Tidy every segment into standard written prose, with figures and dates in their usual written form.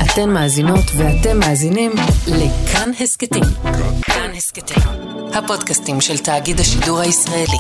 אתן מאזינות ואתם מאזינים לכאן הסקטים. כאן הסקטים, הפודקאסטים של תאגיד השידור הישראלי.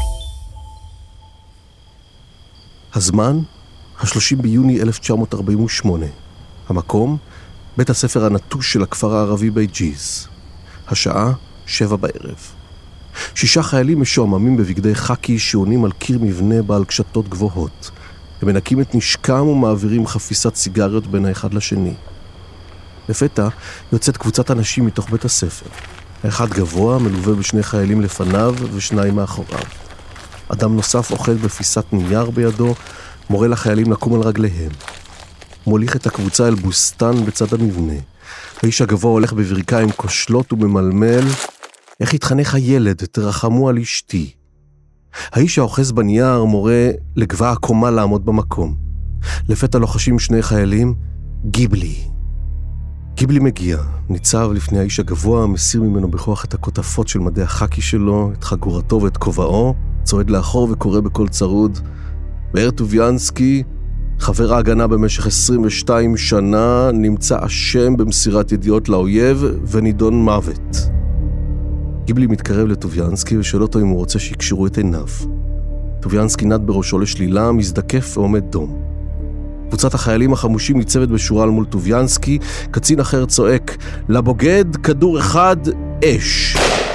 הזמן, 30 ביוני 1948. המקום, בית הספר הנטוש של הכפר הערבי בית ג'יז. השעה, 7 בערב. 6 חיילים משועממים בבגדי חקי שעונים על קיר מבנה בעל קשתות גבוהות. הם מנקים את נשקם ומעבירים חפיסת סיגריות בין האחד לשני. לפתע יוצאת קבוצת אנשים מתוך בית הספר. האחד גבוה, מלווה בשני חיילים לפניו ושניים מאחוריו. אדם נוסף אוכל בפיסת נייר בידו, מורה לחיילים לקום על רגליהם. מוליך את הקבוצה אל בוסטן בצד המבנה. האיש הגבוה הולך בברכיים כושלות וממלמל, איך התחנך הילד, תרחמו על אשתי. האיש האוחז בנייר מורה לגבעה הקומה לעמוד במקום. לפתע לוחשים שני חיילים, גיבלי. גיבלי מגיע, ניצב לפני האיש הגבוה, מסיר ממנו בכוח את הכותפות של מדי החקי שלו, את חגורתו ואת כובעו, צועד לאחור וקורא בקול צרוד, מאיר טוביאנסקי, חבר ההגנה במשך 22 שנה, נמצא אשם במסירת ידיעות לאויב ונידון מוות. גיבלי מתקרב לטוביאנסקי ושואל אותו אם הוא רוצה שיקשרו את עיניו. טוביאנסקי נד בראשו לשלילה, מזדקף ועומד דום. קבוצת החיילים החמושים ניצבת בשורה מול טוביאנסקי, קצין אחר צועק, לבוגד כדור אחד, אש.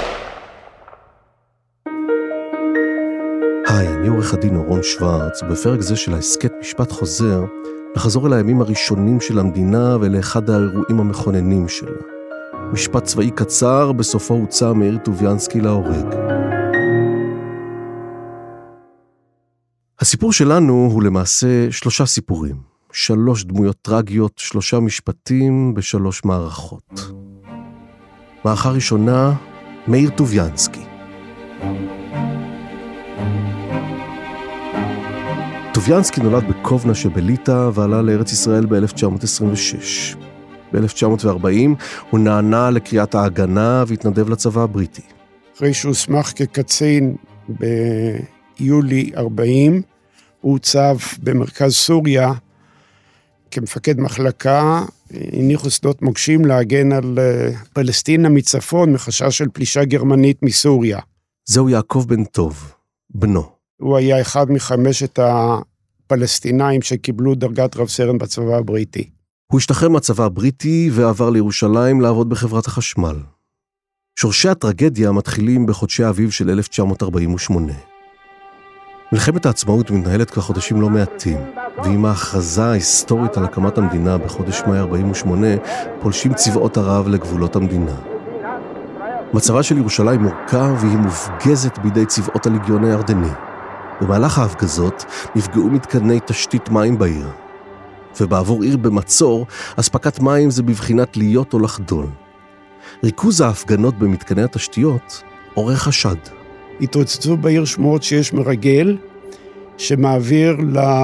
היי, אני עורך הדין אורון שוורץ, ובפרק זה של ההסקט משפט חוזר, נחזור אל הימים הראשונים של המדינה ולאחד האירועים המכוננים שלה. משפט צבאי קצר, בסופו הוצא מאיר טוביאנסקי להורג. הסיפור שלנו הוא למעשה 3 סיפורים, 3 דמויות טרגיות, 3 משפטים ב3 מערכות. מערכה ראשונה, מאיר טוביאנסקי. טוביאנסקי נולד בקובנה שבליטא ועלה לארץ ישראל ב-1926. ב-1940 הוא נענה לקריאת ההגנה והתנדב לצבא הבריטי. אחרי שהוסמך כקצין ביולי 40, הוא הוצב במרכז סוריה כמפקד מחלקה, הניחו שדות מוקשים להגן על פלסטינה מצפון מחשש של פלישה גרמנית מסוריה. זהו יעקב בן טוב, בנו. הוא היה אחד מ5 הפלסטינאים שקיבלו דרגת רב סרן בצבא הבריטי. הוא השתחרר מהצבא הבריטי ועבר לירושלים לעבוד בחברת החשמל. שורשי הטרגדיה מתחילים בחודשי האביב של 1948. מלחמת העצמאות מתנהלת כבר חודשים לא מעטים, ועם ההכרזה ההיסטורית על הקמת המדינה בחודש מאי 48, פולשים צבאות ערב לגבולות המדינה. מצבה של ירושלים מורכב והיא מופגזת בידי צבאות הלגיון הירדני. במהלך ההפגזות נפגעו מתקני תשתית מים בעיר. ובעבור עיר במצור, אספקת מים זה בבחינת להיות או לחדול. ריכוז ההפגנות במתקני התשתיות עורר חשד. התרוצצו בעיר שמועות שיש מרגל שמעביר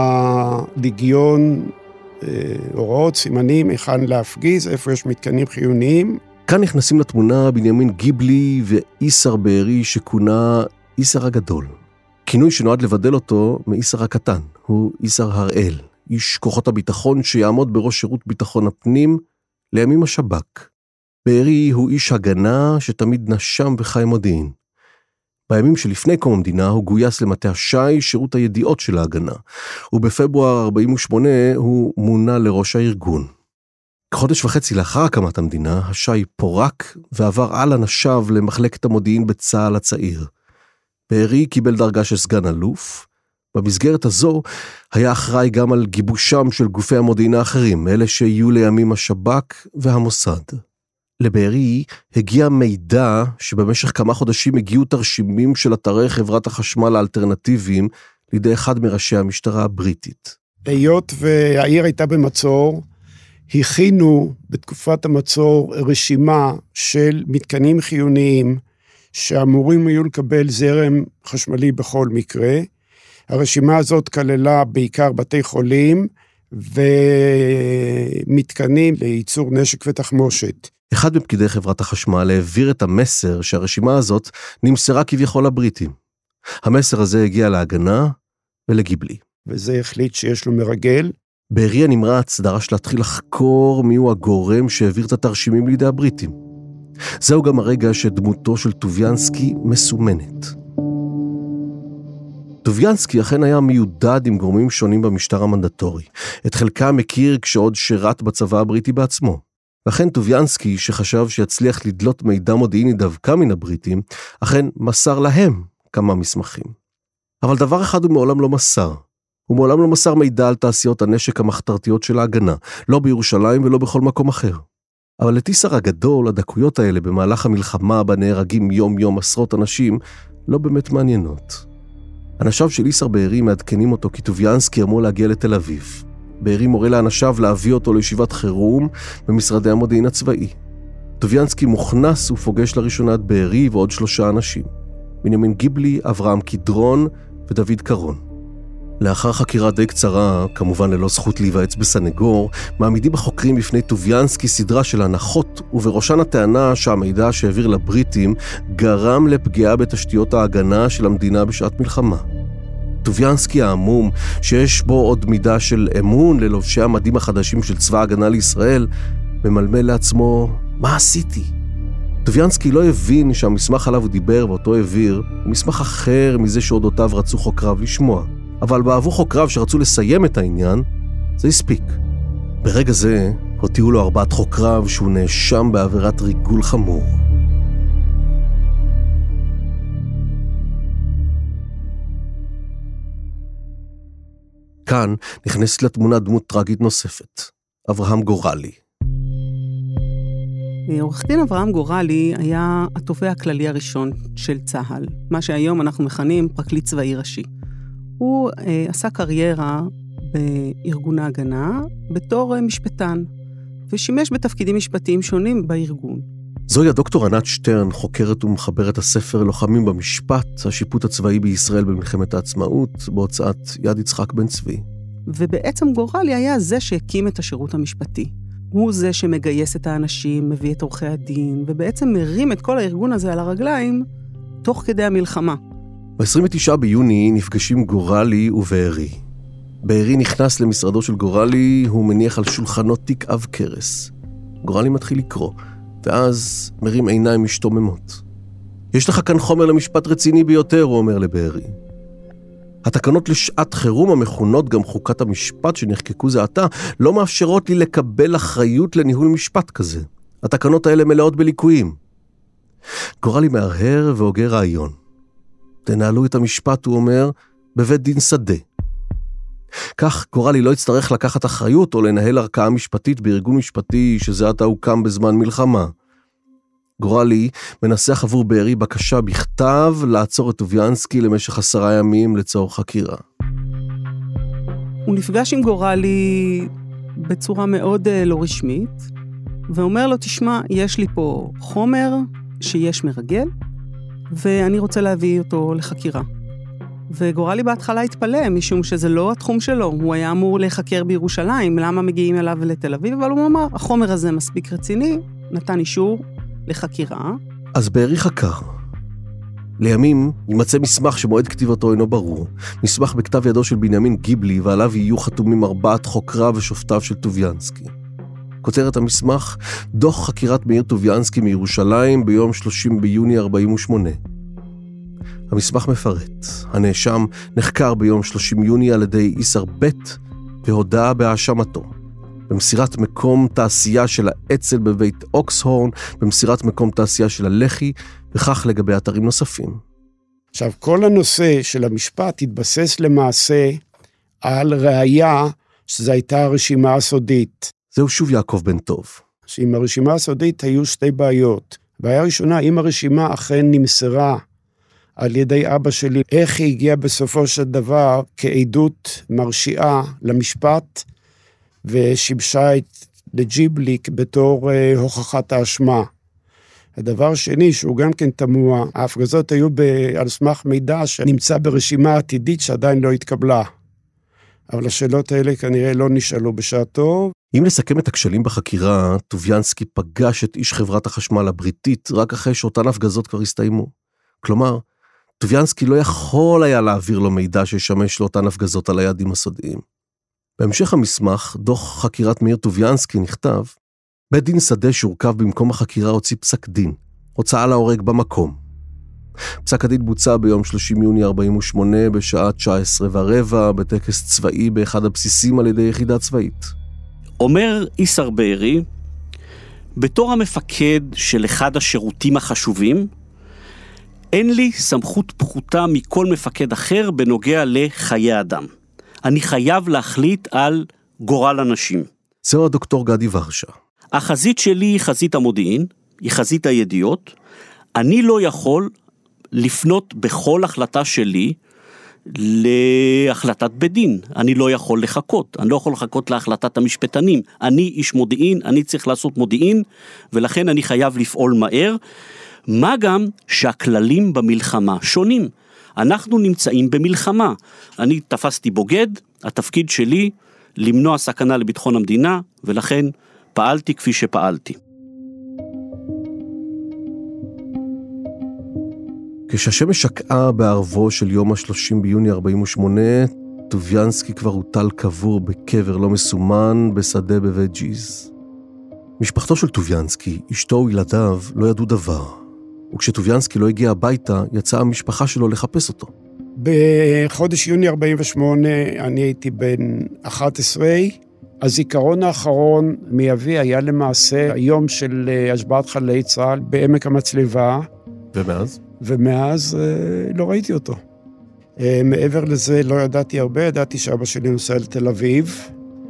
ללגיון הוראות, סימנים, היכן להפגיז, איפה יש מתקנים חיוניים. כאן נכנסים לתמונה בנימין גיבלי ואיסר בארי שכונה איסר הגדול. כינוי שנועד לבדל אותו מאיסר הקטן, הוא איסר הראל. איש כוחות הביטחון שיעמוד בראש שירות ביטחון הפנים לימים השב"כ. בארי הוא איש הגנה שתמיד נשם וחי מודיעין. בימים שלפני קום המדינה הוא גויס למטה השי, שירות הידיעות של ההגנה, ובפברואר 48 הוא מונה לראש הארגון. כחודש וחצי לאחר הקמת המדינה, השי פורק ועבר על אנשיו למחלקת המודיעין בצה"ל הצעיר. בארי קיבל דרגה של סגן אלוף, במסגרת הזו היה אחראי גם על גיבושם של גופי המודיעין האחרים, אלה שיהיו לימים השב"כ והמוסד. לבארי הגיע מידע שבמשך כמה חודשים הגיעו תרשימים של אתרי חברת החשמל האלטרנטיביים לידי אחד מראשי המשטרה הבריטית. היות והעיר הייתה במצור, הכינו בתקופת המצור רשימה של מתקנים חיוניים שאמורים היו לקבל זרם חשמלי בכל מקרה. הרשימה הזאת כללה בעיקר בתי חולים ומתקנים לייצור נשק ותחמושת. אחד מפקידי חברת החשמל העביר את המסר שהרשימה הזאת נמסרה כביכול לבריטים. המסר הזה הגיע להגנה ולגיבלי. וזה החליט שיש לו מרגל. בארי הנמרץ דרש להתחיל לחקור מיהו הגורם שהעביר את התרשימים לידי הבריטים. זהו גם הרגע שדמותו של טוביאנסקי מסומנת. טוביאנסקי אכן היה מיודד עם גורמים שונים במשטר המנדטורי. את חלקם מכיר כשעוד שירת בצבא הבריטי בעצמו. לכן טוביאנסקי, שחשב שיצליח לדלות מידע מודיעיני דווקא מן הבריטים, אכן מסר להם כמה מסמכים. אבל דבר אחד הוא מעולם לא מסר. הוא מעולם לא מסר מידע על תעשיות הנשק המחתרתיות של ההגנה, לא בירושלים ולא בכל מקום אחר. אבל לטיסר הגדול, הדקויות האלה במהלך המלחמה בה נהרגים יום יום עשרות אנשים, לא באמת מעניינות. אנשיו של איסר בארי מעדכנים אותו כי טוביאנסקי אמור להגיע לתל אביב. בארי מורה לאנשיו להביא אותו לישיבת חירום במשרדי המודיעין הצבאי. טוביאנסקי מוכנס ופוגש לראשונה את בארי ועוד 3 אנשים. בנימין גיבלי, אברהם קדרון ודוד קרון. לאחר חקירה די קצרה, כמובן ללא זכות להיוועץ בסנגור, מעמידים החוקרים בפני טוביאנסקי סדרה של הנחות, ובראשן הטענה שהמידע שהעביר לבריטים גרם לפגיעה בתשתיות ההגנה של המדינה בשעת מלחמה. טוביאנסקי העמום, שיש בו עוד מידה של אמון ללובשי המדים החדשים של צבא ההגנה לישראל, ממלמל לעצמו, מה עשיתי? טוביאנסקי לא הבין שהמסמך עליו הוא דיבר ואותו העביר, הוא מסמך אחר מזה שעודותיו רצו חוקריו לשמוע. אבל בעבור חוקריו שרצו לסיים את העניין, זה הספיק. ברגע זה הוטיעו לו 4 חוקריו שהוא נאשם בעבירת ריגול חמור. כאן נכנסת לתמונה דמות טרגית נוספת, אברהם גורלי. עורך דין אברהם גורלי היה התובע הכללי הראשון של צה"ל, מה שהיום אנחנו מכנים פרקליט צבאי ראשי. הוא עשה קריירה בארגון ההגנה בתור משפטן, ושימש בתפקידים משפטיים שונים בארגון. זוהי הדוקטור ענת שטרן, חוקרת ומחברת הספר לוחמים במשפט, השיפוט הצבאי בישראל במלחמת העצמאות, בהוצאת יד יצחק בן צבי. ובעצם גורלי היה זה שהקים את השירות המשפטי. הוא זה שמגייס את האנשים, מביא את עורכי הדין, ובעצם מרים את כל הארגון הזה על הרגליים, תוך כדי המלחמה. ב-29 ביוני נפגשים גורלי ובארי. בארי נכנס למשרדו של גורלי, הוא מניח על שולחנו תיק עב כרס. גורלי מתחיל לקרוא, ואז מרים עיניים משתוממות. יש לך כאן חומר למשפט רציני ביותר, הוא אומר לבארי. התקנות לשעת חירום המכונות גם חוקת המשפט שנחקקו זה עתה, לא מאפשרות לי לקבל אחריות לניהול משפט כזה. התקנות האלה מלאות בליקויים. גורלי מהרהר והוגה רעיון. תנהלו את המשפט, הוא אומר, בבית דין שדה. כך גורלי לא יצטרך לקחת אחריות או לנהל ערכאה משפטית בארגון משפטי שזה עתה הוקם בזמן מלחמה. גורלי מנסח עבור בארי בקשה בכתב לעצור את טוביאנסקי למשך 10 ימים לצורך חקירה. הוא נפגש עם גורלי בצורה מאוד לא רשמית, ואומר לו, תשמע, יש לי פה חומר שיש מרגל, ואני רוצה להביא אותו לחקירה. וגורלי בהתחלה התפלא, משום שזה לא התחום שלו, הוא היה אמור לחקר בירושלים, למה מגיעים אליו לתל אביב, אבל הוא אמר, החומר הזה מספיק רציני, נתן אישור לחקירה. אז בארי חקר. לימים יימצא מסמך שמועד כתיבתו אינו ברור, מסמך בכתב ידו של בנימין גיבלי, ועליו יהיו חתומים 4 חוקריו ושופטיו של טוביאנסקי. כותרת המסמך, דוח חקירת מאיר טוביאנסקי מירושלים ביום 30 ביוני 48. המסמך מפרט, הנאשם נחקר ביום 30 יוני על ידי איסר בית והודעה בהאשמתו. במסירת מקום תעשייה של האצ"ל בבית אוקסהורן, במסירת מקום תעשייה של הלח"י, וכך לגבי אתרים נוספים. עכשיו, כל הנושא של המשפט התבסס למעשה על ראיה שזו הייתה הרשימה הסודית. זהו שוב יעקב בן טוב. שעם הרשימה הסודית היו 2 בעיות. בעיה ראשונה, אם הרשימה אכן נמסרה על ידי אבא שלי, איך היא הגיעה בסופו של דבר כעדות מרשיעה למשפט, ושיבשה את לג'יבליק בתור הוכחת האשמה. הדבר שני, שהוא גם כן תמוה, ההפגזות היו על סמך מידע שנמצא ברשימה עתידית שעדיין לא התקבלה. אבל השאלות האלה כנראה לא נשאלו בשעתו. אם נסכם את הכשלים בחקירה, טוביאנסקי פגש את איש חברת החשמל הבריטית רק אחרי שאותן הפגזות כבר הסתיימו. כלומר, טוביאנסקי לא יכול היה להעביר לו מידע שישמש לאותן הפגזות על היעדים הסודיים. בהמשך המסמך, דוח חקירת מאיר טוביאנסקי נכתב, בית דין שדה שהורכב במקום החקירה הוציא פסק דין, הוצאה להורג במקום. פסק הדין בוצע ביום 30 יוני 48 בשעה 19:15 בטקס צבאי באחד הבסיסים על ידי יחידה צבאית. אומר איסר בארי, בתור המפקד של אחד השירותים החשובים, אין לי סמכות פחותה מכל מפקד אחר בנוגע לחיי אדם. אני חייב להחליט על גורל אנשים. זהו הדוקטור גדי ורשה. החזית שלי היא חזית המודיעין, היא חזית הידיעות. אני לא יכול לפנות בכל החלטה שלי להחלטת בית דין. אני לא יכול לחכות. אני לא יכול לחכות להחלטת המשפטנים. אני איש מודיעין, אני צריך לעשות מודיעין, ולכן אני חייב לפעול מהר. מה גם שהכללים במלחמה שונים. אנחנו נמצאים במלחמה. אני תפסתי בוגד, התפקיד שלי למנוע סכנה לביטחון המדינה, ולכן פעלתי כפי שפעלתי. כשהשמש שקעה בערבו של יום ה-30 ביוני 48, טוביאנסקי כבר הוטל קבור בקבר לא מסומן בשדה בבית ג'יז. משפחתו של טוביאנסקי, אשתו וילדיו, לא ידעו דבר. וכשטוביאנסקי לא הגיע הביתה, יצאה המשפחה שלו לחפש אותו. בחודש יוני 48 אני הייתי בן 11. הזיכרון האחרון מאבי היה למעשה היום של השבעת חיילי צה"ל בעמק המצלבה. ומאז לא ראיתי אותו. מעבר לזה לא ידעתי הרבה, ידעתי שאבא שלי נוסע לתל אביב,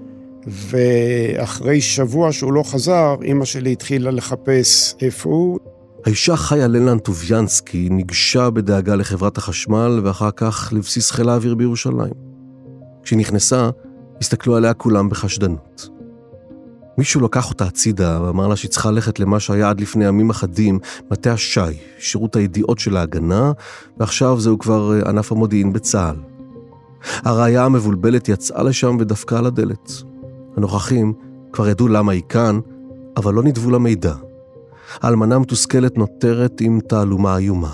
ואחרי שבוע שהוא לא חזר, אמא שלי התחילה לחפש איפה הוא. האישה חיה ללן טוביאנסקי ניגשה בדאגה לחברת החשמל ואחר כך לבסיס חיל האוויר בירושלים. כשהיא נכנסה, הסתכלו עליה כולם בחשדנות. מישהו לקח אותה הצידה ואמר לה שהיא צריכה ללכת למה שהיה עד לפני ימים אחדים, מטה השי, שירות הידיעות של ההגנה, ועכשיו זהו כבר ענף המודיעין בצה"ל. הרעיה המבולבלת יצאה לשם ודפקה על הדלת. הנוכחים כבר ידעו למה היא כאן, אבל לא נדבו למידע. האלמנה מתוסכלת נותרת עם תעלומה איומה.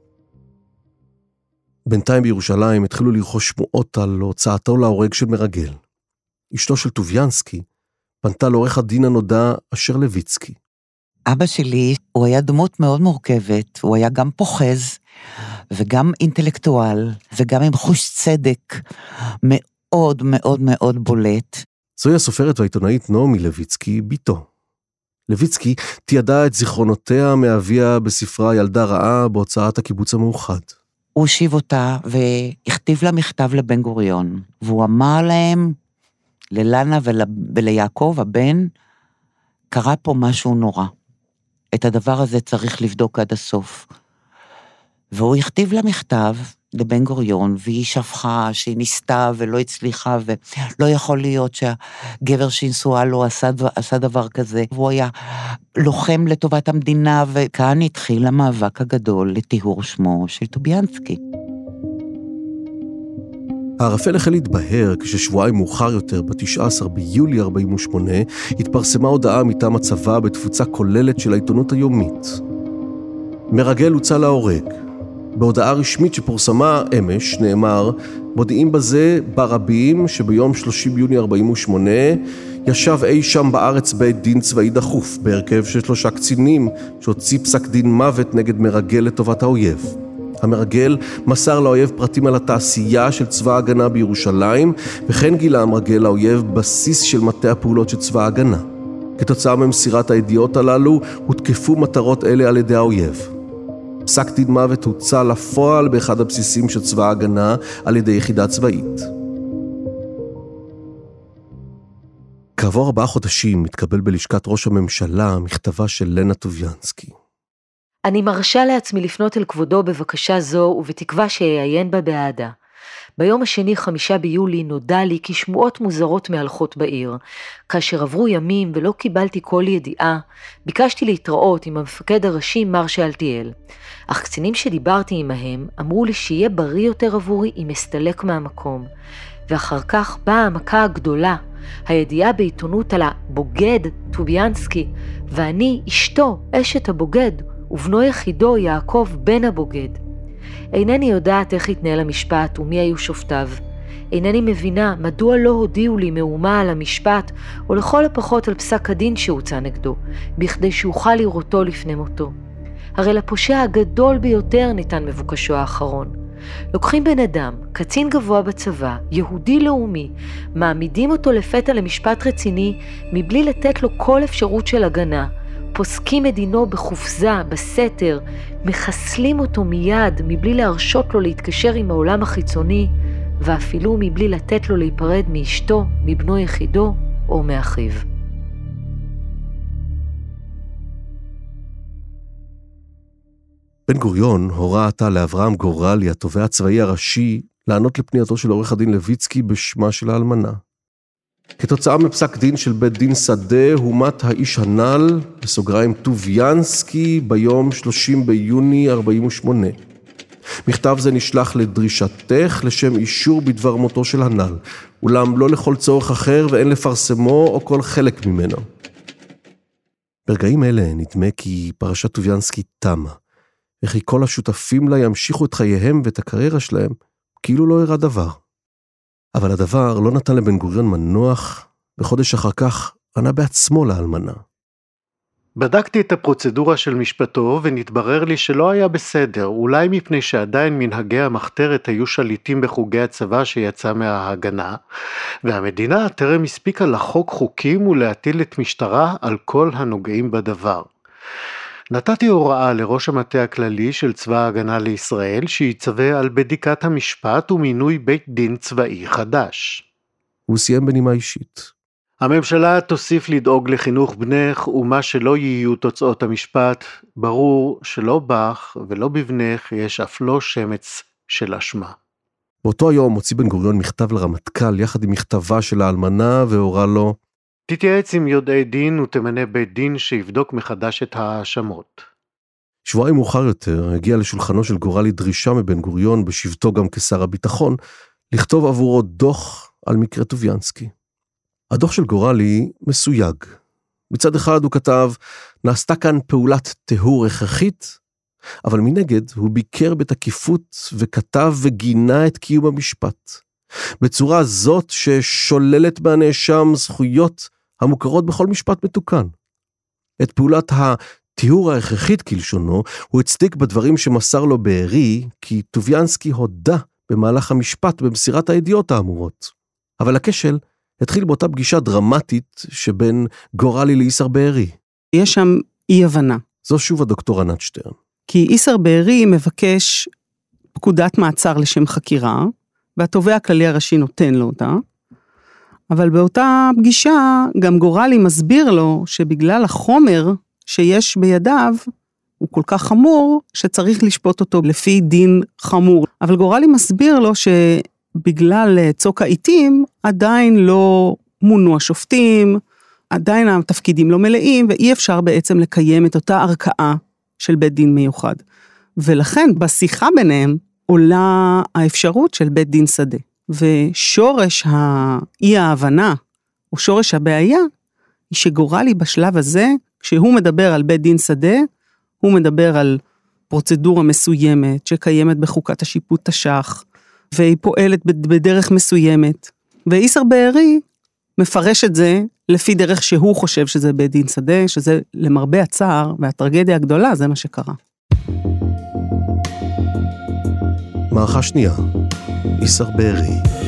בינתיים בירושלים התחילו לרכוש שמועות על הוצאתו להורג של מרגל. אשתו של טוביאנסקי פנתה לעורך הדין הנודע אשר לויצקי. אבא שלי, הוא היה דמות מאוד מורכבת, הוא היה גם פוחז, וגם אינטלקטואל, וגם עם חוש צדק מאוד מאוד מאוד בולט. זוהי הסופרת והעיתונאית נעמי לויצקי, ביתו. לויצקי תיעדה את זיכרונותיה מאביה בספרה ילדה רעה בהוצאת הקיבוץ המאוחד. הוא הושיב אותה והכתיב לה מכתב לבן גוריון, והוא אמר להם, ללנה וליעקב הבן, קרה פה משהו נורא. את הדבר הזה צריך לבדוק עד הסוף. והוא הכתיב לה מכתב לבן גוריון, והיא שפחה שהיא ניסתה ולא הצליחה, ולא יכול להיות שהגבר שינסועה לו עשה דבר כזה. והוא היה לוחם לטובת המדינה, וכאן התחיל המאבק הגדול לטיהור שמו של טוביאנסקי. הערפל החל להתבהר כששבועיים מאוחר יותר, ב-19 ביולי 48, התפרסמה הודעה מטעם הצבא בתפוצה כוללת של העיתונות היומית. מרגל הוצא להורג. בהודעה רשמית שפורסמה אמש נאמר, מודיעים בזה ברבים שביום 30 ביוני 48 ישב אי שם בארץ בית דין צבאי דחוף, בהרכב של 3 קצינים שהוציא פסק דין מוות נגד מרגל לטובת האויב. המרגל מסר לאויב פרטים על התעשייה של צבא ההגנה בירושלים, וכן גילה המרגל לאויב בסיס של מטה הפעולות של צבא ההגנה. כתוצאה ממסירת הידיעות הללו, הותקפו מטרות אלה על ידי האויב. פסק דין מוות הוצא לפועל באחד הבסיסים של צבא ההגנה על ידי יחידה צבאית. כעבור 4 חודשים מתקבל בלשכת ראש הממשלה מכתבה של לנה טוביאנסקי. אני מרשה לעצמי לפנות אל כבודו בבקשה זו ובתקווה שיעיין בה באהדה. ביום השני 5 ביולי נודע לי כי שמועות מוזרות מהלכות בעיר. כאשר עברו ימים ולא קיבלתי כל ידיעה, ביקשתי להתראות עם המפקד הראשי מר שאלתיאל. אך קצינים שדיברתי עמהם אמרו לי שיהיה בריא יותר עבורי אם אסתלק מהמקום. ואחר כך באה המכה הגדולה, הידיעה בעיתונות על הבוגד טוביאנסקי, ואני אשתו, אשת הבוגד, ובנו יחידו יעקב בן הבוגד. אינני יודעת איך התנהל המשפט ומי היו שופטיו. אינני מבינה מדוע לא הודיעו לי מאומה על המשפט, או לכל הפחות על פסק הדין שהוצא נגדו, בכדי שאוכל לראותו לפני מותו. הרי לפושע הגדול ביותר ניתן מבוקשו האחרון. לוקחים בן אדם, קצין גבוה בצבא, יהודי לאומי, מעמידים אותו לפתע למשפט רציני, מבלי לתת לו כל אפשרות של הגנה, פוסקים את דינו בחופזה, בסתר, מחסלים אותו מיד, מבלי להרשות לו להתקשר עם העולם החיצוני, ואפילו מבלי לתת לו להיפרד מאשתו, מבנו יחידו או מאחיו. בן גוריון הורה עתה לאברהם גורלי, התובע הצבאי הראשי, לענות לפנייתו של עורך הדין לויצקי בשמה של האלמנה. כתוצאה מפסק דין של בית דין שדה, הומת האיש הנ"ל, בסוגריים טוביאנסקי, ביום 30 ביוני 48. מכתב זה נשלח לדרישתך לשם אישור בדבר מותו של הנ"ל, אולם לא לכל צורך אחר ואין לפרסמו או כל חלק ממנו. ברגעים אלה נדמה כי פרשת טוביאנסקי תמה, וכי כל השותפים לה ימשיכו את חייהם ואת הקריירה שלהם, כאילו לא אירע דבר. אבל הדבר לא נתן לבן גוריון מנוח, וחודש אחר כך ענה בעצמו לאלמנה. בדקתי את הפרוצדורה של משפטו ונתברר לי שלא היה בסדר, אולי מפני שעדיין מנהגי המחתרת היו שליטים בחוגי הצבא שיצא מההגנה, והמדינה טרם הספיקה לחוק חוקים ולהטיל את משטרה על כל הנוגעים בדבר. נתתי הוראה לראש המטה הכללי של צבא ההגנה לישראל שיצווה על בדיקת המשפט ומינוי בית דין צבאי חדש. הוא סיים בנימה אישית. הממשלה תוסיף לדאוג לחינוך בנך, ומה שלא יהיו תוצאות המשפט, ברור שלא בך ולא בבנך יש אף לא שמץ של אשמה. באותו היום הוציא בן גוריון מכתב לרמטכ"ל יחד עם מכתבה של האלמנה והורה לו, תתייעץ עם יודעי דין ותמנה בית דין שיבדוק מחדש את ההאשמות. שבועיים מאוחר יותר הגיע לשולחנו של גורלי דרישה מבן גוריון, בשבתו גם כשר הביטחון, לכתוב עבורו דוח על מקרה טוביאנסקי. הדוח של גורלי מסויג. מצד אחד הוא כתב, נעשתה כאן פעולת טהור הכרחית, אבל מנגד הוא ביקר בתקיפות וכתב וגינה את קיום המשפט. בצורה זאת ששוללת מהנאשם זכויות המוכרות בכל משפט מתוקן. את פעולת הטהור ההכרחית כלשונו, הוא הצדיק בדברים שמסר לו בארי, כי טוביאנסקי הודה במהלך המשפט במסירת הידיעות האמורות. אבל הכשל התחיל באותה פגישה דרמטית שבין גורלי לאיסר בארי. יש שם אי הבנה. זו שוב הדוקטור ענת שטרן. כי איסר בארי מבקש פקודת מעצר לשם חקירה, והתובע הכללי הראשי נותן לו אותה, אבל באותה פגישה גם גורלי מסביר לו שבגלל החומר שיש בידיו, הוא כל כך חמור שצריך לשפוט אותו לפי דין חמור. אבל גורלי מסביר לו שבגלל צוק העיתים עדיין לא מונו השופטים, עדיין התפקידים לא מלאים, ואי אפשר בעצם לקיים את אותה ערכאה של בית דין מיוחד. ולכן בשיחה ביניהם עולה האפשרות של בית דין שדה. ושורש האי ההבנה, או שורש הבעיה, היא שגורלי בשלב הזה, כשהוא מדבר על בית דין שדה, הוא מדבר על פרוצדורה מסוימת, שקיימת בחוקת השיפוט תש"ח, והיא פועלת בדרך מסוימת. ואיסר בארי מפרש את זה לפי דרך שהוא חושב שזה בית דין שדה, שזה למרבה הצער, והטרגדיה הגדולה, זה מה שקרה. מערכה שנייה, איסר בארי.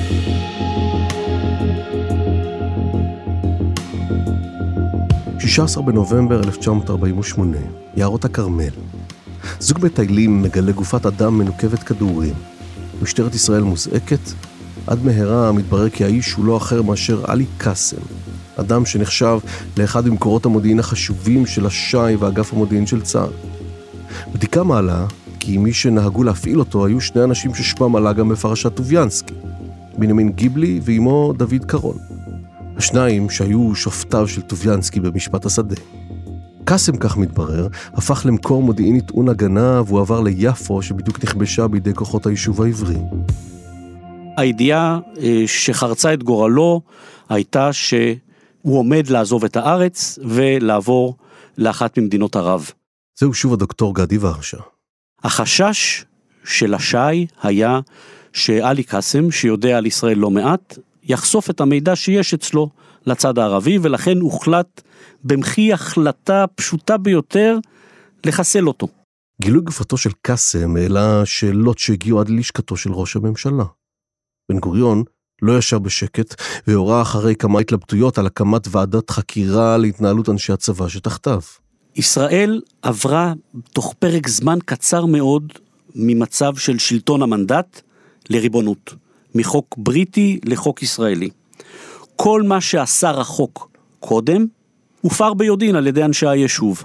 ב-16 בנובמבר 1948, יערות הכרמל. זוג מטיילים מגלה גופת אדם מנוקבת כדורים. משטרת ישראל מוזעקת, עד מהרה מתברר כי האיש הוא לא אחר מאשר עלי קאסם, אדם שנחשב לאחד ממקורות המודיעין החשובים של הש"י ואגף המודיעין של צה"ל. בדיקה מעלה כי מי שנהגו להפעיל אותו היו שני אנשים ששמם עלה גם בפרשת טוביאנסקי, בנימין גיבלי ואימו דוד קרון. השניים שהיו שופטיו של טוביאנסקי במשפט השדה. קאסם, כך מתברר, הפך למקור מודיעיני טעון הגנה והוא עבר ליפו שבדיוק נכבשה בידי כוחות היישוב העברי. הידיעה שחרצה את גורלו הייתה שהוא עומד לעזוב את הארץ ולעבור לאחת ממדינות ערב. זהו שוב הדוקטור גדי ורשה. החשש של הש"י היה שאלי קאסם, שיודע על ישראל לא מעט, יחשוף את המידע שיש אצלו לצד הערבי, ולכן הוחלט במחי החלטה פשוטה ביותר לחסל אותו. גילוי גופתו של קאסם העלה שאלות שהגיעו עד לשכתו של ראש הממשלה. בן גוריון לא ישב בשקט והורה אחרי כמה התלבטויות על הקמת ועדת חקירה להתנהלות אנשי הצבא שתחתיו. ישראל עברה תוך פרק זמן קצר מאוד ממצב של שלטון המנדט לריבונות, מחוק בריטי לחוק ישראלי. כל מה שאסר החוק קודם, הופר ביודעין על ידי אנשי היישוב.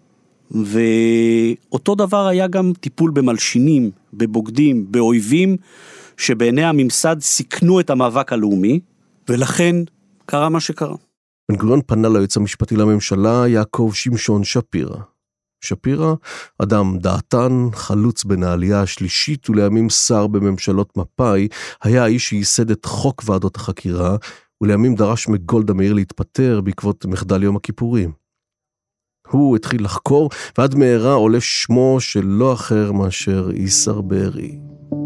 ואותו דבר היה גם טיפול במלשינים, בבוגדים, באויבים, שבעיני הממסד סיכנו את המאבק הלאומי, ולכן קרה מה שקרה. בן גוריון פנה ליועץ המשפטי לממשלה, יעקב שמשון שפירא. שפירא, אדם דעתן, חלוץ בין העלייה השלישית ולימים שר בממשלות מפא"י, היה האיש שייסד את חוק ועדות החקירה, ולימים דרש מגולדה מאיר להתפטר בעקבות מחדל יום הכיפורים. הוא התחיל לחקור, ועד מהרה עולה שמו של לא אחר מאשר איסר בארי.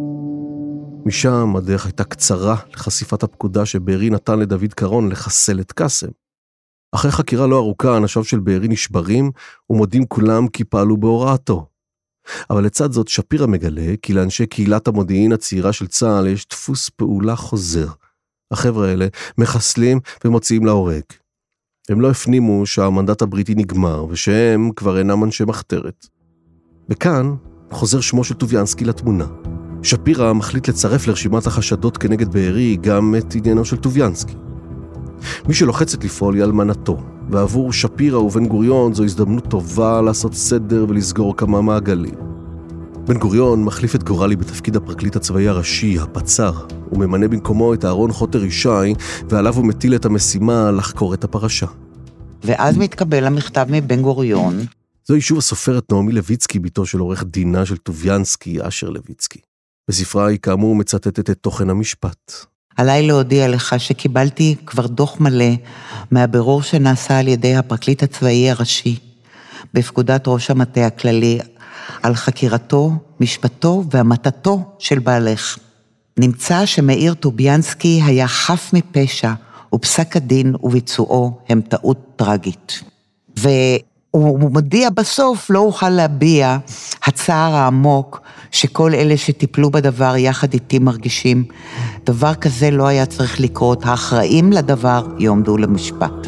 משם הדרך הייתה קצרה לחשיפת הפקודה שבארי נתן לדוד קרון לחסל את קאסם. אחרי חקירה לא ארוכה, אנשיו של בארי נשברים, ומודים כולם כי פעלו בהוראתו. אבל לצד זאת שפירא מגלה כי לאנשי קהילת המודיעין הצעירה של צה"ל יש דפוס פעולה חוזר. החבר'ה האלה מחסלים ומוציאים להורג. הם לא הפנימו שהמנדט הבריטי נגמר, ושהם כבר אינם אנשי מחתרת. וכאן חוזר שמו של טוביאנסקי לתמונה. שפירא מחליט לצרף לרשימת החשדות כנגד בארי גם את עניינו של טוביאנסקי. מי שלוחצת לפעול היא אלמנתו, ועבור שפירא ובן גוריון זו הזדמנות טובה לעשות סדר ולסגור כמה מעגלים. בן גוריון מחליף את גורלי בתפקיד הפרקליט הצבאי הראשי, הפצ"ר, וממנה במקומו את אהרון חוטר ישי, ועליו הוא מטיל את המשימה לחקור את הפרשה. ואז מתקבל המכתב מבן גוריון. זו יישוב הסופרת נעמי לויצקי, ביתו של עורך דינה של טוביאנסקי, אשר לויצקי. בספרה היא כאמור מצטטת את תוכן המשפט. עליי להודיע לך שקיבלתי כבר דוח מלא מהבירור שנעשה על ידי הפרקליט הצבאי הראשי, בפקודת ראש המטה הכללי, על חקירתו, משפטו והמתתו של בעלך. נמצא שמאיר טוביאנסקי היה חף מפשע, ופסק הדין וביצועו הם טעות טרגית. והוא מודיע בסוף, לא אוכל להביע הצער העמוק, שכל אלה שטיפלו בדבר יחד איתי מרגישים. דבר כזה לא היה צריך לקרות, האחראים לדבר יעמדו למשפט.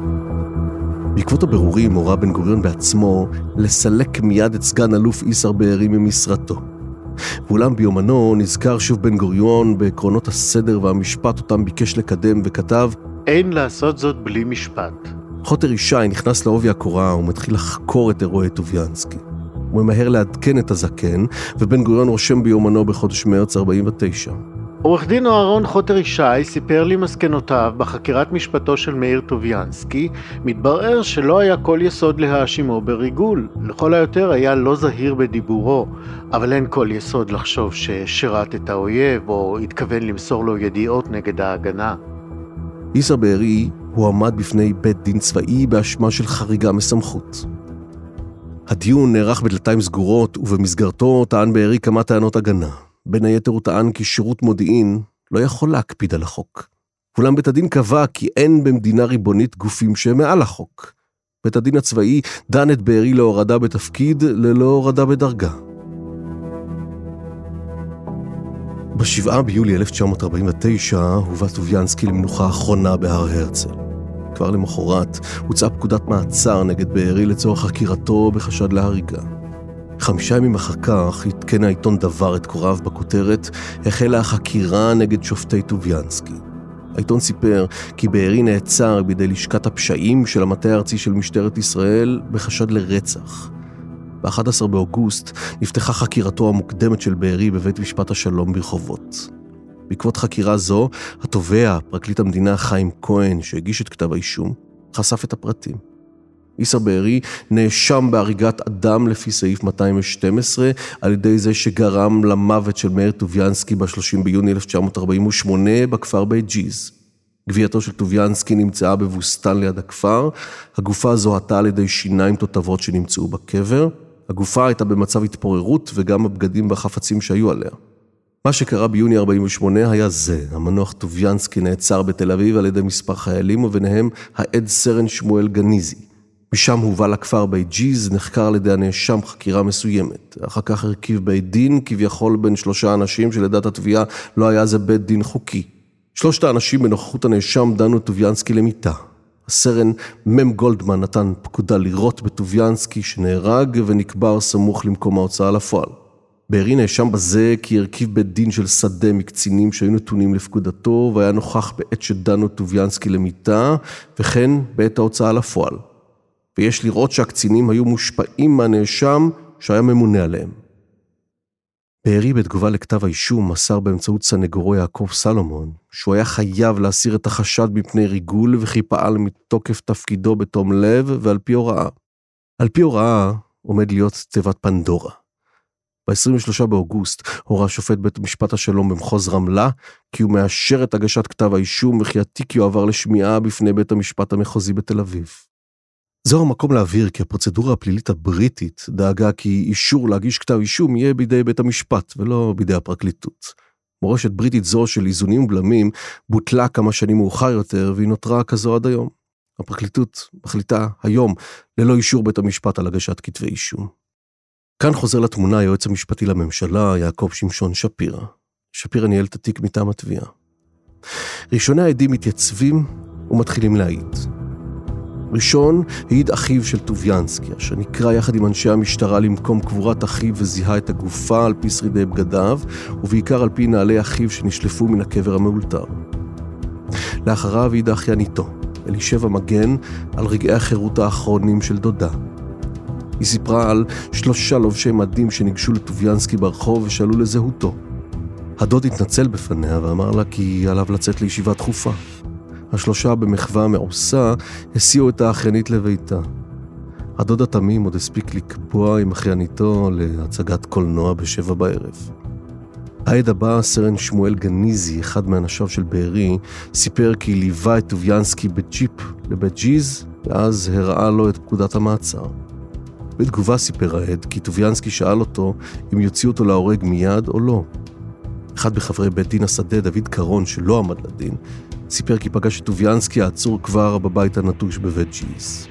בעקבות הבירורים הורה בן גוריון בעצמו לסלק מיד את סגן אלוף איסר בארי ממשרתו. ואולם ביומנו נזכר שוב בן גוריון בעקרונות הסדר והמשפט אותם ביקש לקדם וכתב, אין לעשות זאת בלי משפט. חוטר ישי נכנס לעובי הקורה ומתחיל לחקור את אירועי טוביאנסקי. הוא ממהר לעדכן את הזקן, ובן גוריון רושם ביומנו בחודש מרץ 49. עורך דין אהרון חוטר ישי סיפר לי מסקנותיו בחקירת משפטו של מאיר טוביאנסקי, מתברר שלא היה כל יסוד להאשימו בריגול, לכל היותר היה לא זהיר בדיבורו, אבל אין כל יסוד לחשוב ששירת את האויב או התכוון למסור לו ידיעות נגד ההגנה. איסר בארי הועמד בפני בית דין צבאי באשמה של חריגה מסמכות. הדיון נערך בדלתיים סגורות, ובמסגרתו טען בארי כמה טענות הגנה. בין היתר הוא טען כי שירות מודיעין לא יכול להקפיד על החוק. אולם בית הדין קבע כי אין במדינה ריבונית גופים שמעל החוק. בית הדין הצבאי דן את בארי להורדה בתפקיד ללא הורדה בדרגה. ב7 ביולי 1949 הובא טוביאנסקי למנוחה האחרונה בהר הרצל. כבר למחרת הוצאה פקודת מעצר נגד בארי לצורך חקירתו בחשד להריגה. 5 ימים אחר כך התקן העיתון דבר את קוראיו בכותרת, החלה החקירה נגד שופטי טוביאנסקי. העיתון סיפר כי בארי נעצר בידי לשכת הפשעים של המטה הארצי של משטרת ישראל בחשד לרצח. ב-11 באוגוסט נפתחה חקירתו המוקדמת של בארי בבית משפט השלום ברחובות. בעקבות חקירה זו, התובע, פרקליט המדינה חיים כהן, שהגיש את כתב האישום, חשף את הפרטים. איסר בארי נאשם בהריגת אדם לפי סעיף 212, על ידי זה שגרם למוות של מאיר טוביאנסקי ב-30 ביוני 1948 בכפר בית ג'יז. גווייתו של טוביאנסקי נמצאה בבוסתן ליד הכפר, הגופה זוהתה על ידי שיניים תותבות שנמצאו בקבר, הגופה הייתה במצב התפוררות וגם הבגדים והחפצים שהיו עליה. מה שקרה ביוני 48 היה זה, המנוח טוביאנסקי נעצר בתל אביב על ידי מספר חיילים, וביניהם העד סרן שמואל גניזי. משם הובא לכפר בייג'יז, נחקר על ידי הנאשם חקירה מסוימת. אחר כך הרכיב בית דין, כביכול בין 3 אנשים שלדעת התביעה לא היה זה בית דין חוקי. 3 האנשים בנוכחות הנאשם דנו את טוביאנסקי למיטה. הסרן מם גולדמן נתן פקודה לירות בטוביאנסקי שנהרג ונקבר סמוך למקום ההוצאה לפועל. בארי נאשם בזה כי הרכיב בית דין של שדה מקצינים שהיו נתונים לפקודתו, והיה נוכח בעת שדנו את טוביאנסקי למיטה, וכן בעת ההוצאה לפועל. ויש לראות שהקצינים היו מושפעים מהנאשם שהיה ממונה עליהם. בארי בתגובה לכתב האישום מסר באמצעות סנגורו יעקב סלומון, שהוא היה חייב להסיר את החשד מפני ריגול, וכי פעל מתוקף תפקידו בתום לב ועל פי הוראה. על פי הוראה עומד להיות תיבת פנדורה. ב-23 באוגוסט הורה שופט בית משפט השלום במחוז רמלה, כי הוא מאשר את הגשת כתב האישום, וכי התיק יועבר לשמיעה בפני בית המשפט המחוזי בתל אביב. זהו המקום להבהיר כי הפרוצדורה הפלילית הבריטית דאגה כי אישור להגיש כתב אישום יהיה בידי בית המשפט ולא בידי הפרקליטות. מורשת בריטית זו של איזונים ובלמים בוטלה כמה שנים מאוחר יותר, והיא נותרה כזו עד היום. הפרקליטות מחליטה היום ללא אישור בית המשפט על הגשת כתבי אישום. כאן חוזר לתמונה היועץ המשפטי לממשלה יעקב שמשון שפירא. שפירא ניהל את התיק מטעם התביעה. ראשוני העדים מתייצבים ומתחילים להעיד. ראשון העיד אחיו של טוביאנסקי, אשר נקרא יחד עם אנשי המשטרה למקום קבורת אחיו וזיהה את הגופה על פי שרידי בגדיו, ובעיקר על פי נעלי אחיו שנשלפו מן הקבר המאולתר. לאחריו העיד אחייניתו, אלישבע מגן, על רגעי החירות האחרונים של דודה. היא סיפרה על 3 לובשי מדים שניגשו לטוביאנסקי ברחוב ושאלו לזהותו. הדוד התנצל בפניה ואמר לה כי עליו לצאת לישיבה דחופה. 3 במחווה מעושה הסיעו את האחיינית לביתה. הדוד התמים עוד הספיק לקבוע עם אחייניתו להצגת קולנוע ב7 בערב. העד הבא, סרן שמואל גניזי, אחד מאנשיו של בארי, סיפר כי ליווה את טוביאנסקי בג'יפ לבית ג'יז, ואז הראה לו את פקודת המעצר. בתגובה סיפר העד כי טוביאנסקי שאל אותו אם יוציאו אותו להורג מיד או לא. אחד בחברי בית דין השדה, דוד קרון, שלא עמד לדין, סיפר כי פגש את טוביאנסקי העצור כבר בבית הנטוש בבית ג'יז.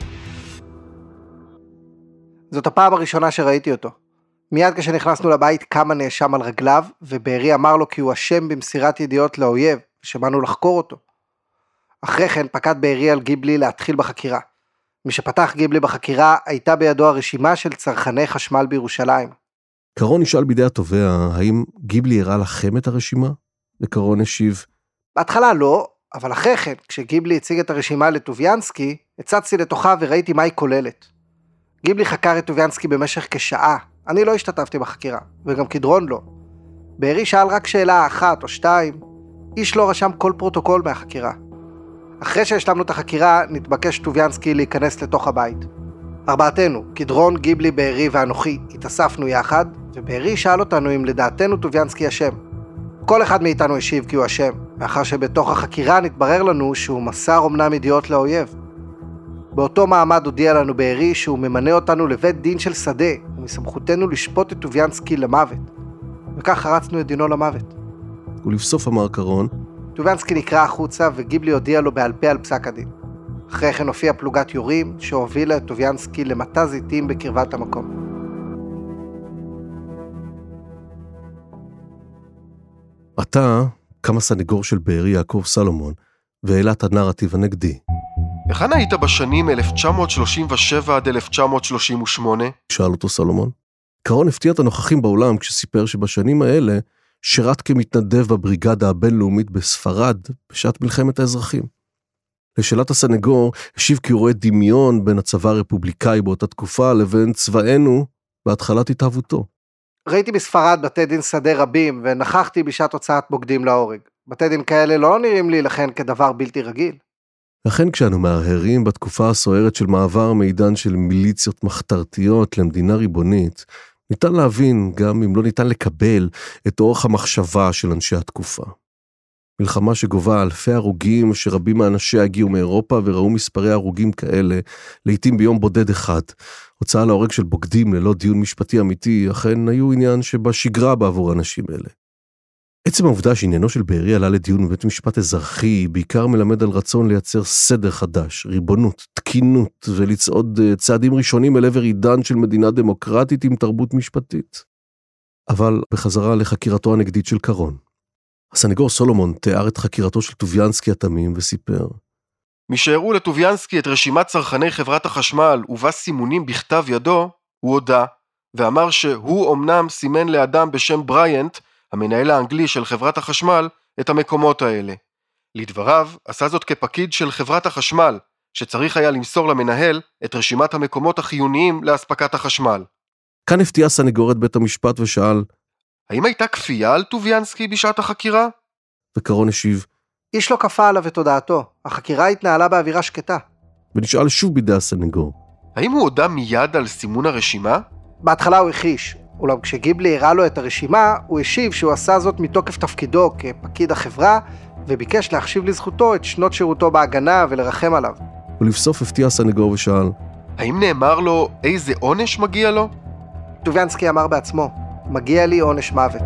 זאת הפעם הראשונה שראיתי אותו. מיד כשנכנסנו לבית קם הנאשם על רגליו, ובארי אמר לו כי הוא אשם במסירת ידיעות לאויב, ושבאנו לחקור אותו. אחרי כן פקד בארי על גיבלי להתחיל בחקירה. מי שפתח גיבלי בחקירה הייתה בידו הרשימה של צרכני חשמל בירושלים. קרון נשאל בידי התובע, האם גיבלי הראה לכם את הרשימה? וקרון השיב, בהתחלה לא, אבל אחרי כן, כשגיבלי הציג את הרשימה לטוביאנסקי, הצצתי לתוכה וראיתי מה היא כוללת. גיבלי חקר את טוביאנסקי במשך כשעה, אני לא השתתפתי בחקירה, וגם קדרון לא. בארי שאל רק שאלה 1 או 2, איש לא רשם כל פרוטוקול מהחקירה. אחרי שהשלמנו את החקירה, נתבקש טוביאנסקי להיכנס לתוך הבית. 4תנו, קדרון, גיבלי, בארי ואנוכי, התאספנו יחד, ובארי שאל אותנו אם לדעתנו טוביאנסקי אשם. כל אחד מאיתנו השיב כי הוא אשם, מאחר שבתוך החקירה נתברר לנו שהוא מסר אמנם ידיעות לאויב. באותו מעמד הודיע לנו בארי שהוא ממנה אותנו לבית דין של שדה, ומסמכותנו לשפוט את טוביאנסקי למוות. וכך חרצנו את דינו למוות. ולבסוף אמר קרון, טוביאנסקי נקרא החוצה וגיבלי הודיע לו בעל פה על פסק הדין. אחרי כן הופיעה פלוגת יורים שהובילה את טוביאנסקי למטע זיתים בקרבת המקום. עתה קם הסנגור של בארי יעקב סלומון והעלה את הנרטיב הנגדי. היכן היית בשנים 1937 עד 1938? שאל אותו סלומון. קרון הפתיע את הנוכחים באולם כשסיפר שבשנים האלה שירת כמתנדב בבריגדה הבינלאומית בספרד בשעת מלחמת האזרחים. לשאלת הסנגור השיב כי הוא רואה דמיון בין הצבא הרפובליקאי באותה תקופה לבין צבאנו בהתחלת התהוותו. ראיתי בספרד בתי דין שדה רבים ונכחתי בשעת הוצאת בוגדים להורג. בתי דין כאלה לא נראים לי לכן כדבר בלתי רגיל. לכן כשאנו מהרהרים בתקופה הסוערת של מעבר מעידן של מיליציות מחתרתיות למדינה ריבונית, ניתן להבין, גם אם לא ניתן לקבל, את אורך המחשבה של אנשי התקופה. מלחמה שגובה אלפי הרוגים, שרבים מאנשיה הגיעו מאירופה וראו מספרי הרוגים כאלה, לעתים ביום בודד אחד. הוצאה להורג של בוגדים ללא דיון משפטי אמיתי, אכן היו עניין שבשגרה בעבור אנשים אלה. עצם העובדה שעניינו של בארי עלה לדיון בבית משפט אזרחי, בעיקר מלמד על רצון לייצר סדר חדש, ריבונות, תקינות, ולצעוד צעדים ראשונים אל עבר עידן של מדינה דמוקרטית עם תרבות משפטית. אבל בחזרה לחקירתו הנגדית של קרון. הסנגור סולומון תיאר את חקירתו של טוביאנסקי התמים וסיפר. משהראו לטוביאנסקי את רשימת צרכני חברת החשמל ובה סימונים בכתב ידו, הוא הודה, ואמר שהוא אמנם סימן לאדם בשם בריינט, המנהל האנגלי של חברת החשמל, את המקומות האלה. לדבריו, עשה זאת כפקיד של חברת החשמל, שצריך היה למסור למנהל את רשימת המקומות החיוניים להספקת החשמל. כאן הפתיע סנגור את בית המשפט ושאל, האם הייתה כפייה על טוביאנסקי בשעת החקירה? וקרון השיב, איש לא כפה עליו את הודעתו, החקירה התנהלה באווירה שקטה. ונשאל שוב בידי הסנגור. האם הוא הודה מיד על סימון הרשימה? בהתחלה הוא הכחיש, אולם כשגיבלי הראה לו את הרשימה, הוא השיב שהוא עשה זאת מתוקף תפקידו כפקיד החברה, וביקש להחשיב לזכותו את שנות שירותו בהגנה ולרחם עליו. ולבסוף הפתיע הסנגור ושאל, האם נאמר לו איזה עונש מגיע לו? טוביאנסקי אמר בעצמו, מגיע לי עונש מוות.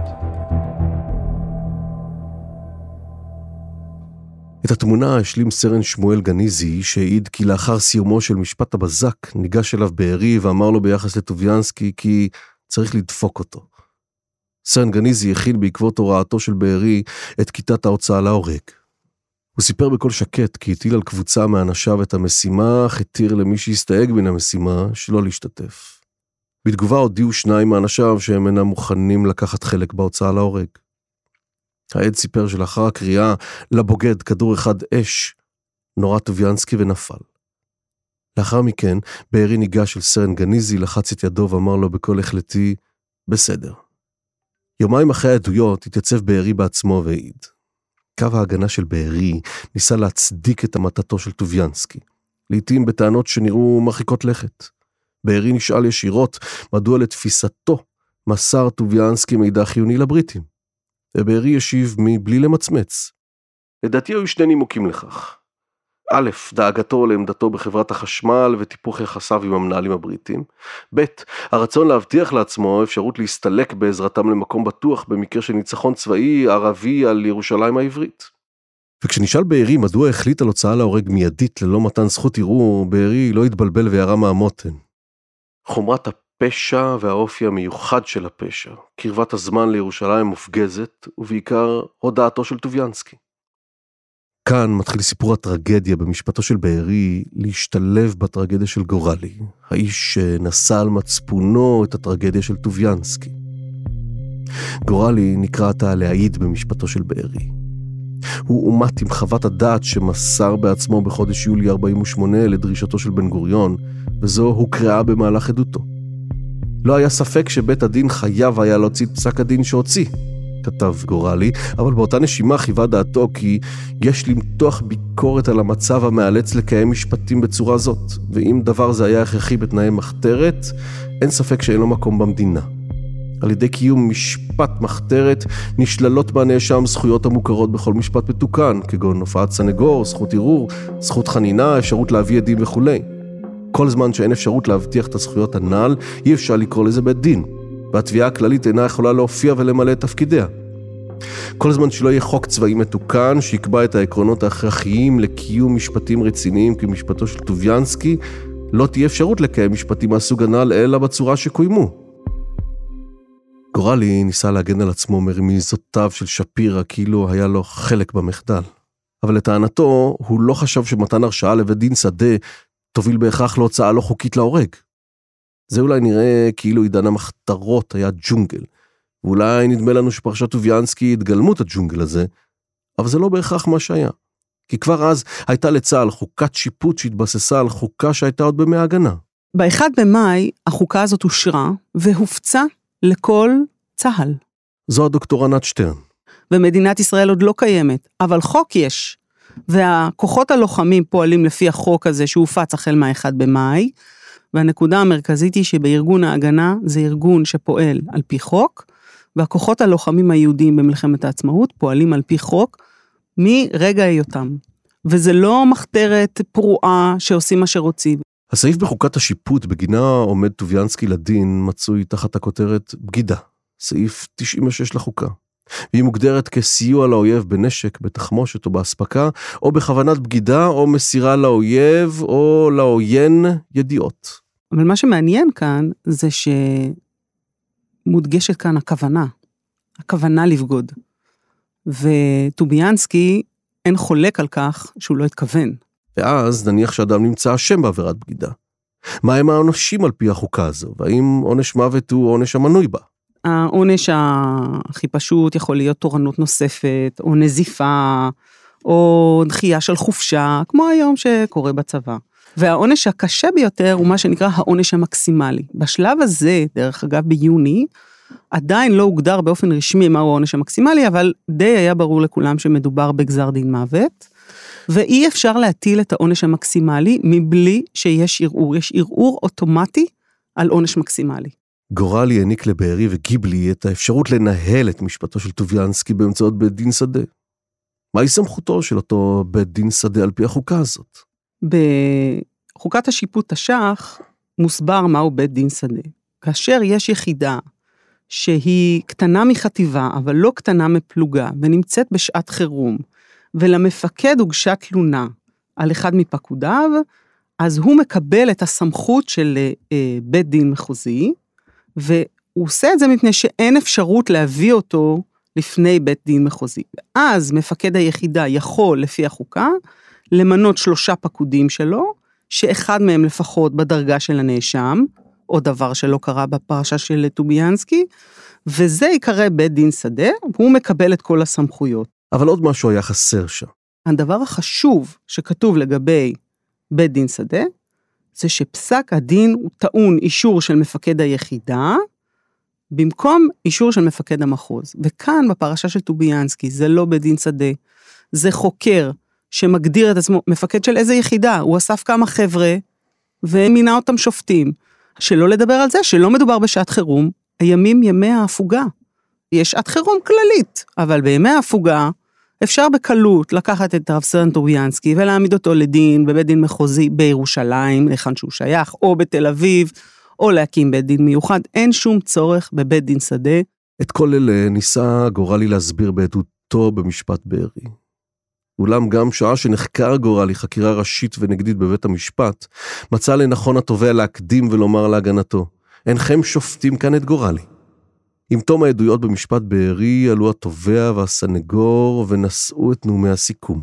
את התמונה השלים סרן שמואל גניזי, שהעיד כי לאחר סיומו של משפט הבזק, ניגש אליו בארי ואמר לו ביחס לטוביאנסקי כי צריך לדפוק אותו. סרן גניזי הכין בעקבות הוראתו של בארי את כיתת ההוצאה להורג. הוא סיפר בקול שקט כי הטיל על קבוצה מאנשיו את המשימה, אך התיר למי שהסתייג מן המשימה שלא להשתתף. בתגובה הודיעו שניים מאנשיו שהם אינם מוכנים לקחת חלק בהוצאה להורג. העד סיפר שלאחר הקריאה לבוגד כדור אחד אש, נורה טוביאנסקי ונפל. לאחר מכן, בארי ניגש אל סרן גניזי, לחץ את ידו ואמר לו בקול החלטי, בסדר. יומיים אחרי העדויות התייצב בארי בעצמו והעיד. קו ההגנה של בארי ניסה להצדיק את המתתו של טוביאנסקי, לעתים בטענות שנראו מרחיקות לכת. בארי נשאל ישירות מדוע לתפיסתו מסר טוביאנסקי מידע חיוני לבריטים. ובארי ישיב מבלי למצמץ. לדעתי היו שני נימוקים לכך. א', דאגתו לעמדתו בחברת החשמל וטיפוח יחסיו עם המנהלים הבריטים. ב', הרצון להבטיח לעצמו אפשרות להסתלק בעזרתם למקום בטוח במקרה של ניצחון צבאי ערבי על ירושלים העברית. וכשנשאל בארי מדוע החליט על הוצאה להורג מיידית ללא מתן זכות ערעור, בארי לא התבלבל וירה מהמותן. חומרת הפשע והאופי המיוחד של הפשע, קרבת הזמן לירושלים מופגזת, ובעיקר הודעתו של טוביאנסקי. כאן מתחיל סיפור הטרגדיה במשפטו של בארי להשתלב בטרגדיה של גורלי, האיש שנשא על מצפונו את הטרגדיה של טוביאנסקי. גורלי נקרא עתה להעיד במשפטו של בארי. הוא אומת עם חוות הדעת שמסר בעצמו בחודש יולי 48 לדרישתו של בן גוריון, וזו הוקראה במהלך עדותו. לא היה ספק שבית הדין חייב היה להוציא את פסק הדין שהוציא, כתב גורלי, אבל באותה נשימה חיווה דעתו כי יש למתוח ביקורת על המצב המאלץ לקיים משפטים בצורה זאת, ואם דבר זה היה הכרחי בתנאי מחתרת, אין ספק שאין לו מקום במדינה. על ידי קיום משפט מחתרת נשללות מהנאשם זכויות המוכרות בכל משפט מתוקן, כגון הופעת סנגור, זכות ערעור, זכות חנינה, אפשרות להביא עדים וכו'. כל זמן שאין אפשרות להבטיח את הזכויות הנ"ל, אי אפשר לקרוא לזה בית דין, והתביעה הכללית אינה יכולה להופיע ולמלא את תפקידיה. כל זמן שלא יהיה חוק צבאי מתוקן שיקבע את העקרונות ההכרחיים לקיום משפטים רציניים כמשפטו של טוביאנסקי, לא תהיה אפשרות לקיים משפטים מהסוג הנ"ל אלא בצורה שקוימו. גורלי ניסה להגן על עצמו מרמיזותיו של שפירא כאילו היה לו חלק במחדל. אבל לטענתו הוא לא חשב שמתן הרשאה לבית דין שדה תוביל בהכרח להוצאה לא חוקית להורג. זה אולי נראה כאילו עידן המחתרות היה ג'ונגל, ואולי נדמה לנו שפרשת טוביאנסקי התגלמות הג'ונגל הזה, אבל זה לא בהכרח מה שהיה. כי כבר אז הייתה לצה"ל חוקת שיפוט שהתבססה על חוקה שהייתה עוד במאה הגנה. ב-1 במאי החוקה הזאת אושרה והופצה לכל צה"ל. זו הדוקטור ענת שטרן. ומדינת ישראל עוד לא קיימת, אבל חוק יש. והכוחות הלוחמים פועלים לפי החוק הזה שהופץ החל מה-1 במאי, והנקודה המרכזית היא שבארגון ההגנה זה ארגון שפועל על פי חוק, והכוחות הלוחמים היהודיים במלחמת העצמאות פועלים על פי חוק מרגע היותם. וזה לא מחתרת פרועה שעושים מה שרוצים. הסעיף בחוקת השיפוט בגינה עומד טוביאנסקי לדין מצוי תחת הכותרת בגידה, סעיף 96 לחוקה. והיא מוגדרת כסיוע לאויב בנשק, בתחמושת או בהספקה, או בכוונת בגידה או מסירה לאויב או לעוין ידיעות. אבל מה שמעניין כאן זה שמודגשת כאן הכוונה לבגוד. וטוביאנסקי אין חולק על כך שהוא לא התכוון. ואז נניח שאדם נמצא אשם בעבירת בגידה. מה הם העונשים על פי החוקה הזו? והאם עונש מוות הוא עונש המנוי בה? העונש הכי פשוט יכול להיות תורנות נוספת, או נזיפה, או דחייה של חופשה, כמו היום שקורה בצבא. והעונש הקשה ביותר הוא מה שנקרא העונש המקסימלי. בשלב הזה, דרך אגב ביוני, עדיין לא הוגדר באופן רשמי מהו העונש המקסימלי, אבל די היה ברור לכולם שמדובר בגזר דין מוות, ואי אפשר להטיל את העונש המקסימלי מבלי שיש ערעור. יש ערעור אוטומטי על עונש מקסימלי. גורלי העניק לבארי וגיבלי את האפשרות לנהל את משפטו של טוביאנסקי באמצעות בית דין שדה. מהי סמכותו של אותו בית דין שדה על פי החוקה הזאת? בחוקת השיפוט תש"ח מוסבר מהו בית דין שדה. כאשר יש יחידה שהיא קטנה מחטיבה, אבל לא קטנה מפלוגה, ונמצאת בשעת חירום, ולמפקד הוגשה תלונה על אחד מפקודיו, אז הוא מקבל את הסמכות של בית דין מחוזי, והוא עושה את זה מפני שאין אפשרות להביא אותו לפני בית דין מחוזי. ואז מפקד היחידה יכול, לפי החוקה, למנות 3 פקודים שלו, שאחד מהם לפחות בדרגה של הנאשם, או דבר שלא קרה בפרשה של טוביאנסקי, וזה יקרא בית דין שדה, והוא מקבל את כל הסמכויות. אבל עוד משהו היה חסר שם. הדבר החשוב שכתוב לגבי בית דין שדה, זה שפסק הדין הוא טעון אישור של מפקד היחידה, במקום אישור של מפקד המחוז. וכאן בפרשה של טוביאנסקי, זה לא בית דין שדה, זה חוקר שמגדיר את עצמו, מפקד של איזה יחידה, הוא אסף כמה חבר'ה, ומינה אותם שופטים. שלא לדבר על זה, שלא מדובר בשעת חירום, הימים ימי ההפוגה. יש שעת חירום כללית, אבל בימי ההפוגה, אפשר בקלות לקחת את הרב סרן טוביאנסקי, ולהעמיד אותו לדין בבית דין מחוזי בירושלים, היכן שהוא שייך, או בתל אביב, או להקים בית דין מיוחד, אין שום צורך בבית דין שדה. את כל אלה ניסה גורלי להסביר בעדותו במשפט בארי. אולם גם שעה שנחקר גורלי חקירה ראשית ונגדית בבית המשפט, מצא לנכון התובע להקדים ולומר להגנתו, אינכם שופטים כאן את גורלי. עם תום העדויות במשפט בארי, עלו התובע והסנגור ונשאו את נאומי הסיכום.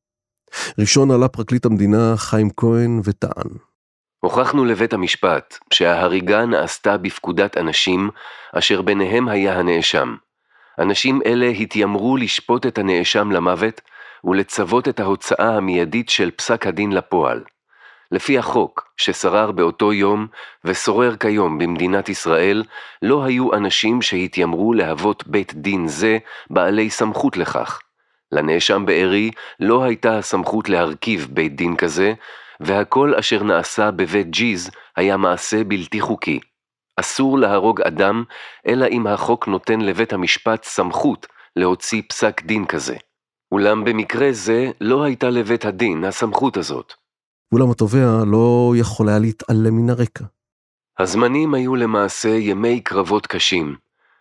ראשון עלה פרקליט המדינה חיים כהן וטען. הוכחנו לבית המשפט שההריגה נעשתה בפקודת אנשים אשר ביניהם היה הנאשם. אנשים אלה התיימרו לשפוט את הנאשם למוות ולצוות את ההוצאה המיידית של פסק הדין לפועל. לפי החוק ששרר באותו יום ושורר כיום במדינת ישראל, לא היו אנשים שהתיימרו להוות בית דין זה בעלי סמכות לכך. לנאשם בארי לא הייתה הסמכות להרכיב בית דין כזה, והכל אשר נעשה בבית ג'יז היה מעשה בלתי חוקי. אסור להרוג אדם, אלא אם החוק נותן לבית המשפט סמכות להוציא פסק דין כזה. אולם במקרה זה לא הייתה לבית הדין הסמכות הזאת. אולם התובע לא יכול היה להתעלם מן הרקע. הזמנים היו למעשה ימי קרבות קשים,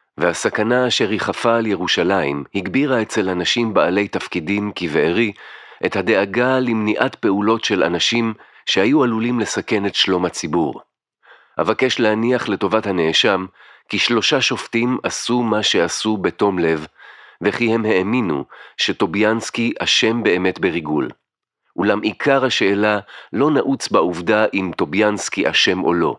והסכנה אשר ריחפה על ירושלים הגבירה אצל אנשים בעלי תפקידים כבארי את הדאגה למניעת פעולות של אנשים שהיו עלולים לסכן את שלום הציבור. אבקש להניח לטובת הנאשם כי 3 שופטים עשו מה שעשו בתום לב, וכי הם האמינו שטוביאנסקי אשם באמת בריגול. אולם עיקר השאלה לא נעוץ בעובדה אם טוביאנסקי אשם או לא.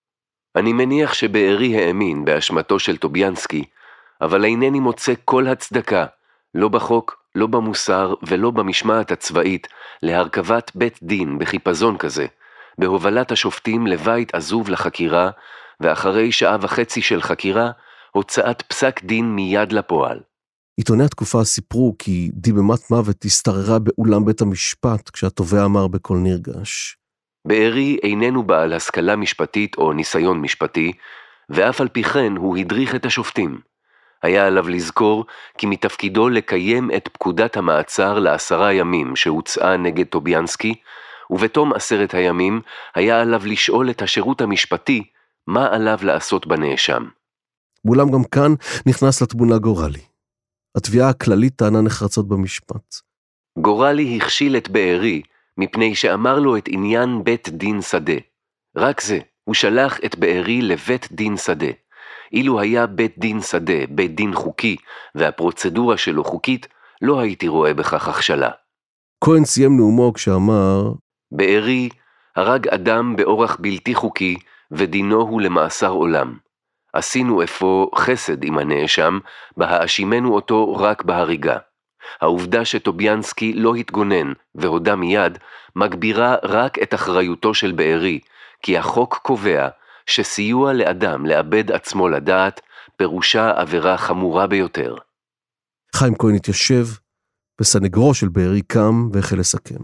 אני מניח שבארי האמין באשמתו של טוביאנסקי, אבל אינני מוצא כל הצדקה, לא בחוק, לא במוסר ולא במשמעת הצבאית, להרכבת בית דין בחיפזון כזה, בהובלת השופטים לבית עזוב לחקירה, ואחרי 1.5 שעה של חקירה, הוצאת פסק דין מיד לפועל. עיתוני התקופה סיפרו כי דיבמת מוות הסתררה באולם בית המשפט כשהתובע אמר בקול נרגש. בארי איננו בעל השכלה משפטית או ניסיון משפטי, ואף על פי כן הוא הדריך את השופטים. היה עליו לזכור כי מתפקידו לקיים את פקודת המעצר ל10 ימים שהוצאה נגד טוביאנסקי, ובתום 10 הימים היה עליו לשאול את השירות המשפטי מה עליו לעשות בנאשם. אולם גם כאן נכנס לתמונה גורלי. התביעה הכללית טענה נחרצות במשפט. גורלי הכשיל את בארי מפני שאמר לו את עניין בית דין שדה. רק זה, הוא שלח את בארי לבית דין שדה. אילו היה בית דין שדה, בית דין חוקי, והפרוצדורה שלו חוקית, לא הייתי רואה בכך הכשלה. כהן סיים נאומו כשאמר, בארי הרג אדם באורח בלתי חוקי, ודינו הוא למאסר עולם. עשינו אפוא חסד עם הנאשם, בהאשימנו אותו רק בהריגה. העובדה שטוביאנסקי לא התגונן והודה מיד, מגבירה רק את אחריותו של בארי, כי החוק קובע שסיוע לאדם לאבד עצמו לדעת, פירושה עבירה חמורה ביותר. חיים כהן התיישב, וסנגורו של בארי קם והחל לסכם.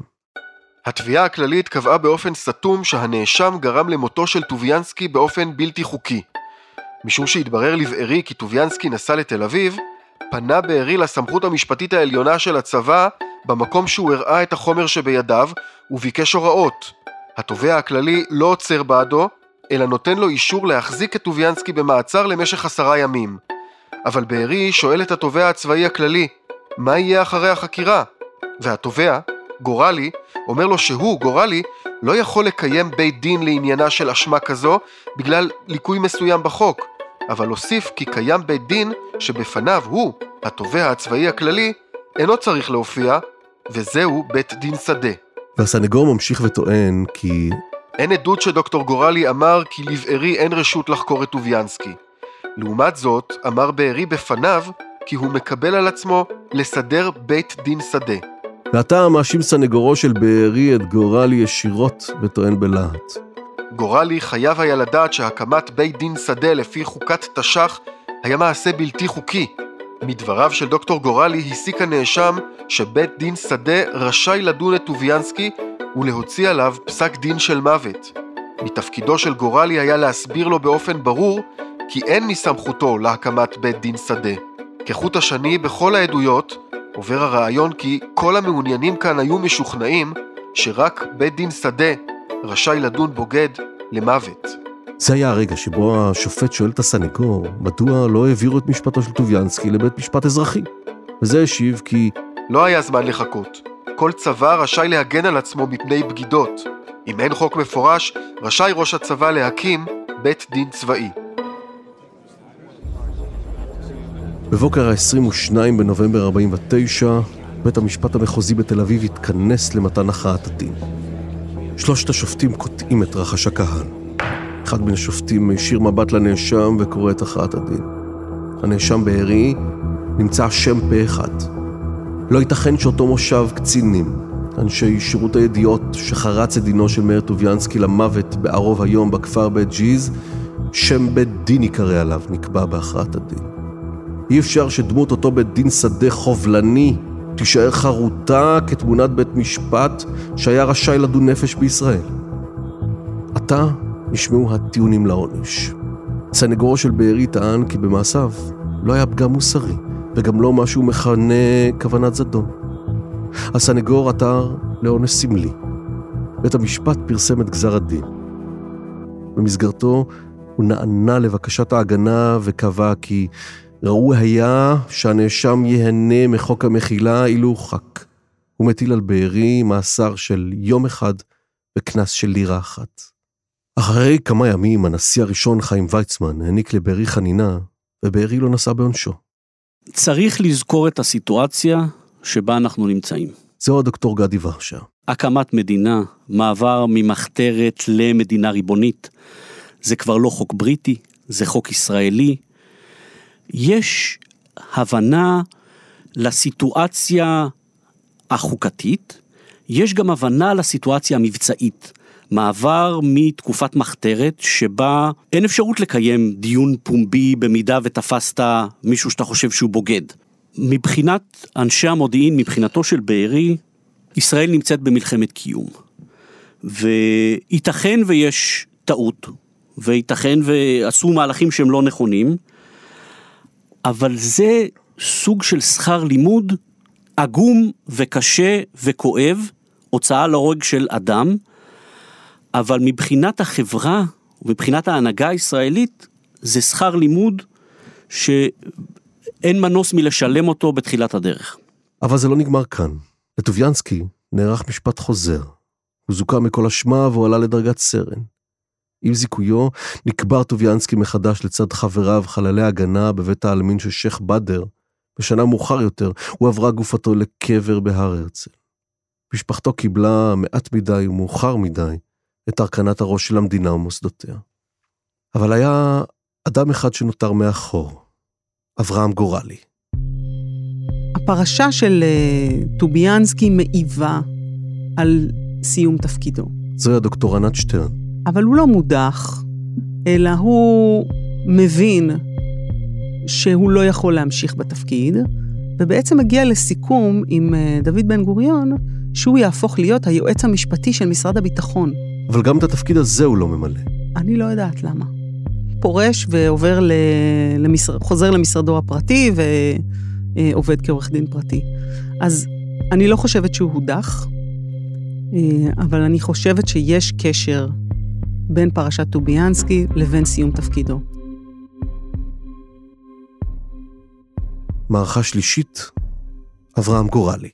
התביעה הכללית קבעה באופן סתום שהנאשם גרם למותו של טוביאנסקי באופן בלתי חוקי. משום שהתברר לבארי כי טוביאנסקי נסע לתל אביב, פנה בארי לסמכות המשפטית העליונה של הצבא במקום שהוא הראה את החומר שבידיו וביקש הוראות. התובע הכללי לא עוצר בעדו, אלא נותן לו אישור להחזיק את טוביאנסקי במעצר למשך 10 ימים. אבל בארי שואל את התובע הצבאי הכללי, מה יהיה אחרי החקירה? והתובע, גורלי, אומר לו שהוא, גורלי, לא יכול לקיים בית דין לעניינה של אשמה כזו בגלל ליקוי מסוים בחוק, אבל הוסיף כי קיים בית דין שבפניו הוא, התובע הצבאי הכללי, אינו צריך להופיע, וזהו בית דין שדה. והסנגור ממשיך וטוען כי אין עדות שדוקטור גורלי אמר כי לבארי אין רשות לחקור את טוביאנסקי. לעומת זאת, אמר בארי בפניו כי הוא מקבל על עצמו לסדר בית דין שדה. ועתה מאשים סנגורו של בארי את גורלי ישירות וטוען בלהט. גורלי חייב היה לדעת שהקמת בית דין שדה לפי חוקת תש"ח היה מעשה בלתי חוקי. מדבריו של דוקטור גורלי הסיק הנאשם שבית דין שדה רשאי לדון את טוביאנסקי ולהוציא עליו פסק דין של מוות. מתפקידו של גורלי היה להסביר לו באופן ברור כי אין מסמכותו להקמת בית דין שדה. כחוט השני בכל העדויות עובר הרעיון כי כל המעוניינים כאן היו משוכנעים שרק בית דין שדה רשאי לדון בוגד למוות. זה היה הרגע שבו השופט שואל את הסנגור מדוע לא העבירו את משפטו של טוביאנסקי לבית משפט אזרחי. וזה השיב כי לא היה זמן לחכות. כל צבא רשאי להגן על עצמו מפני בגידות. אם אין חוק מפורש, רשאי ראש הצבא להקים בית דין צבאי. בבוקר ה-22 בנובמבר 49, בית המשפט המחוזי בתל אביב התכנס למתן הכרעת הדין. 3 השופטים קוטעים את רחש הקהל. אחד מן השופטים משאיר מבט לנאשם וקורא את הכרעת הדין. הנאשם בארי נמצא שם פה אחד. לא ייתכן שאותו מושב קצינים, אנשי שירות הידיעות שחרץ את דינו של מאיר טוביאנסקי למוות בערוב היום בכפר בית ג'יז, שם בית דין יקרא עליו נקבע בהכרעת הדין. אי אפשר שדמות אותו בית דין שדה חובלני תישאר חרוטה כתמונת בית משפט שהיה רשאי לדון נפש בישראל. עתה נשמעו הטיעונים לעונש. סנגורו של בארי טען כי במעשיו לא היה פגם מוסרי, וגם לא משהו מכנה כוונת זדון. הסנגור עתר לעונש סמלי. בית המשפט פרסם את גזר הדין. במסגרתו הוא נענה לבקשת ההגנה וקבע כי ראוי היה שהנאשם יהנה מחוק המחילה אילו הורחק. הוא מטיל על בארי מאסר של יום אחד וקנס של לירה אחת. אחרי כמה ימים הנשיא הראשון חיים ויצמן העניק לבארי חנינה, ובארי לא נסע בעונשו. צריך לזכור את הסיטואציה שבה אנחנו נמצאים. זהו הדוקטור גדי ורשה. הקמת מדינה, מעבר ממחתרת למדינה ריבונית. זה כבר לא חוק בריטי, זה חוק ישראלי. יש הבנה לסיטואציה החוקתית, יש גם הבנה לסיטואציה המבצעית. מעבר מתקופת מחתרת שבה אין אפשרות לקיים דיון פומבי במידה ותפסת מישהו שאתה חושב שהוא בוגד. מבחינת אנשי המודיעין, מבחינתו של בארי, ישראל נמצאת במלחמת קיום. וייתכן ויש טעות, וייתכן ועשו מהלכים שהם לא נכונים, אבל זה סוג של שכר לימוד עגום וקשה וכואב, הוצאה להורג של אדם, אבל מבחינת החברה ומבחינת ההנהגה הישראלית, זה שכר לימוד אין מנוס מלשלם אותו בתחילת הדרך. אבל זה לא נגמר כאן. לטוביאנסקי נערך משפט חוזר. הוא זוכה מכל אשמה והוא עלה לדרגת סרן. עם זיכויו נקבר טוביאנסקי מחדש לצד חבריו חללי הגנה בבית העלמין של שייח בדר. בשנה מאוחר יותר הוא עברה גופתו לקבר בהר הרצל. משפחתו קיבלה מעט מדי ומאוחר מדי את הרכנת הראש של המדינה ומוסדותיה. אבל היה אדם אחד שנותר מאחור, אברהם גורלי. הפרשה של טוביאנסקי מעיבה על סיום תפקידו. זוהי הדוקטור ענת שטרן. אבל הוא לא מודח, אלא הוא מבין שהוא לא יכול להמשיך בתפקיד, ובעצם מגיע לסיכום עם דוד בן גוריון, שהוא יהפוך להיות היועץ המשפטי של משרד הביטחון. אבל גם את התפקיד הזה הוא לא ממלא. אני לא יודעת למה. פורש ועובר חוזר למשרדו הפרטי ועובד כעורך דין פרטי. אז אני לא חושבת שהוא הודח, אבל אני חושבת שיש קשר בין פרשת טוביאנסקי לבין סיום תפקידו. מערכה שלישית, אברהם גורלי.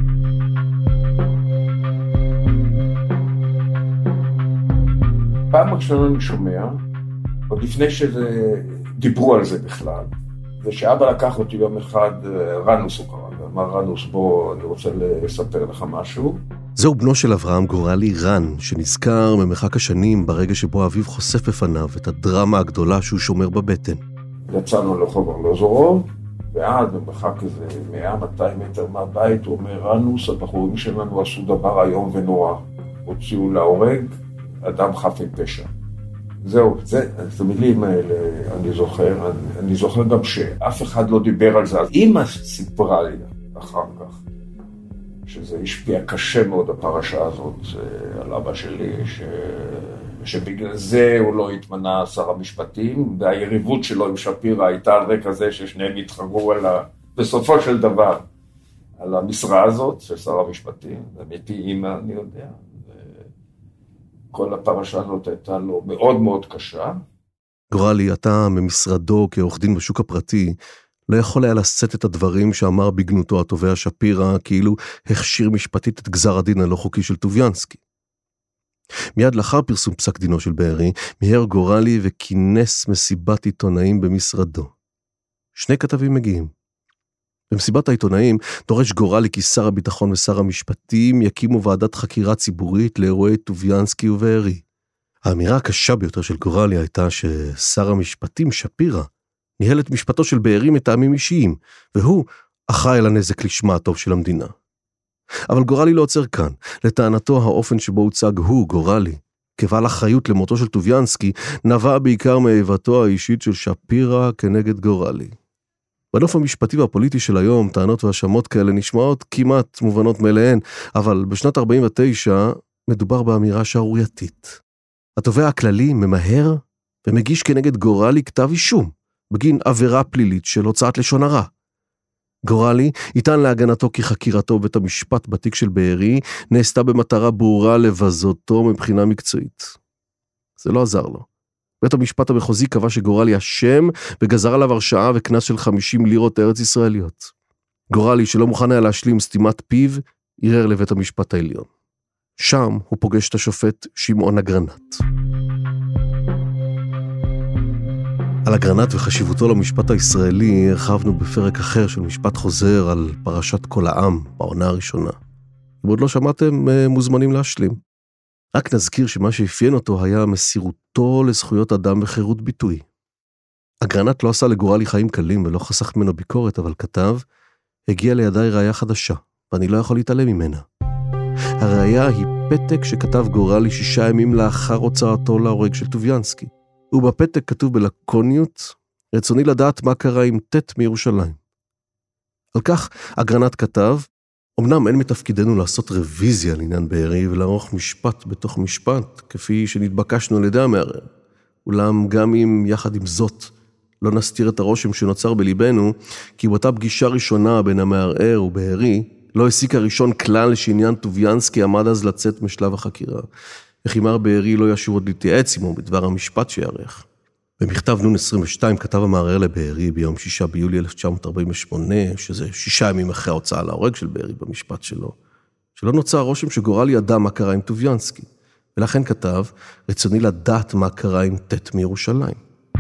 פעם ראשונה אני שומע, עוד לפני שדיברו על זה בכלל, זה שאבא לקח אותי יום אחד, רנוס הוא קרא, אמר רנוס בוא אני רוצה לספר לך משהו. זהו בנו של אברהם גורלי, רן, שנזכר ממרחק השנים ברגע שבו אביו חושף בפניו את הדרמה הגדולה שהוא שומר בבטן. יצאנו לרחוב ארלוזורוב, ואז במרחק איזה 100-200 מטר מהבית, הוא אומר רנוס, הבחורים שלנו עשו דבר איום ונורא, הוציאו להורג אדם חף מפשע. זהו, זה מילים האלה, אני זוכר גם שאף אחד לא דיבר על זה, אז אמא סיפרה לי אחר כך, שזה השפיע קשה מאוד הפרשה הזאת על אבא שלי, שבגלל זה הוא לא התמנה שר המשפטים, והיריבות שלו עם שפירא הייתה על רקע זה ששניהם התחרו בסופו של דבר על המשרה הזאת של שר המשפטים, ומפי אמא אני יודע. כל הפרשה הזאת הייתה לו מאוד מאוד קשה. גורלי, אתה ממשרדו כעורך דין בשוק הפרטי, לא יכול היה לשאת את הדברים שאמר בגנותו התובע שפירא, כאילו הכשיר משפטית את גזר הדין הלא חוקי של טוביאנסקי. מיד לאחר פרסום פסק דינו של בארי, מיהר גורלי וכינס מסיבת עיתונאים במשרדו. 2 כתבים מגיעים. במסיבת העיתונאים דורש גורלי כי שר הביטחון ושר המשפטים יקימו ועדת חקירה ציבורית לאירועי טוביאנסקי ובארי. האמירה הקשה ביותר של גורלי הייתה ששר המשפטים שפירא ניהל את משפטו של בארי מטעמים אישיים, והוא אחראי על הנזק לשמה הטוב של המדינה. אבל גורלי לא עוצר כאן. לטענתו האופן שבו הוצג הוא, גורלי, כבעל אחריות למותו של טוביאנסקי, נבע בעיקר מאיבתו האישית של שפירא כנגד גורלי. בנוף המשפטי והפוליטי של היום, טענות והאשמות כאלה נשמעות כמעט מובנות מאליהן, אבל בשנת 49 מדובר באמירה שערורייתית. התובע הכללי ממהר ומגיש כנגד גורלי כתב אישום, בגין עבירה פלילית של הוצאת לשון הרע. גורלי יטען להגנתו כי חקירתו בית המשפט בתיק של בארי נעשתה במטרה ברורה לבזותו מבחינה מקצועית. זה לא עזר לו. בית המשפט המחוזי קבע שגורלי אשם וגזר עליו הרשעה וקנס של 50 לירות ארץ ישראליות. גורלי, שלא מוכן היה להשלים סתימת פיו, ערער לבית המשפט העליון. שם הוא פוגש את השופט שמעון אגרנט. על אגרנט וחשיבותו למשפט הישראלי הרחבנו בפרק אחר של משפט חוזר על פרשת כל העם בעונה הראשונה. אם עוד לא שמעתם, מוזמנים להשלים. רק נזכיר שמה שאפיין אותו היה מסירותו לזכויות אדם וחירות ביטוי. אגרנט לא עשה לגורלי חיים קלים ולא חסך ממנו ביקורת, אבל כתב, הגיע לידי ראיה חדשה, ואני לא יכול להתעלם ממנה. הראיה היא פתק שכתב גורלי 6 ימים לאחר הוצאתו להורג של טוביאנסקי. ובפתק כתוב בלקוניות, רצוני לדעת מה קרה עם ט' מירושלים. על כך אגרנט כתב, אמנם אין מתפקידנו לעשות רוויזיה לעניין בארי ולערוך משפט בתוך משפט, כפי שנתבקשנו על ידי המערער. אולם גם אם יחד עם זאת לא נסתיר את הרושם שנוצר בליבנו, כי באותה פגישה ראשונה בין המערער ובארי, לא הסיק הראשון כלל שעניין טוביאנסקי עמד אז לצאת משלב החקירה. וכי מר בארי לא ישוב עוד להתייעץ עמו בדבר המשפט שיערך. במכתב נון 22 כתב המערער לבארי ביום 6 ביולי 1948, שזה 6 ימים אחרי ההוצאה להורג של בארי במשפט שלו, שלא נוצר הרושם שגורלי ידע מה קרה עם טוביאנסקי, ולכן כתב, רצוני לדעת מה קרה עם ט' מירושלים.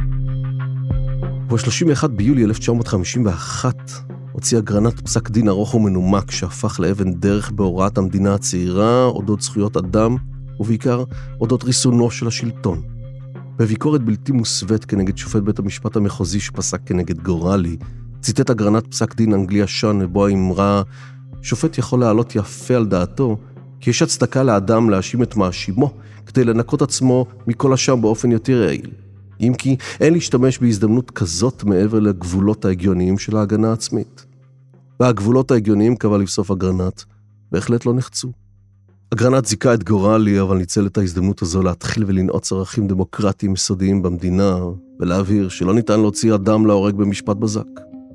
ב-31 ביולי 1951 הוציא אגרנט פסק דין ארוך ומנומק שהפך לאבן דרך בהוראת המדינה הצעירה, אודות זכויות אדם, ובעיקר אודות ריסונו של השלטון. בביקורת בלתי מוסווית כנגד שופט בית המשפט המחוזי שפסק כנגד גורלי, ציטט אגרנט פסק דין אנגלי ישן ובו האמרה, שופט יכול להעלות יפה על דעתו, כי יש הצדקה לאדם להאשים את מאשימו, כדי לנקות עצמו מכל אשם באופן יותר יעיל. אם כי אין להשתמש בהזדמנות כזאת מעבר לגבולות ההגיוניים של ההגנה העצמית. והגבולות ההגיוניים, קבע לבסוף אגרנט, בהחלט לא נחצו. אגרנט זיקה את גורלי, אבל ניצל את ההזדמנות הזו להתחיל ולנעוץ ערכים דמוקרטיים יסודיים במדינה, ולהבהיר שלא ניתן להוציא אדם להורג במשפט בזק.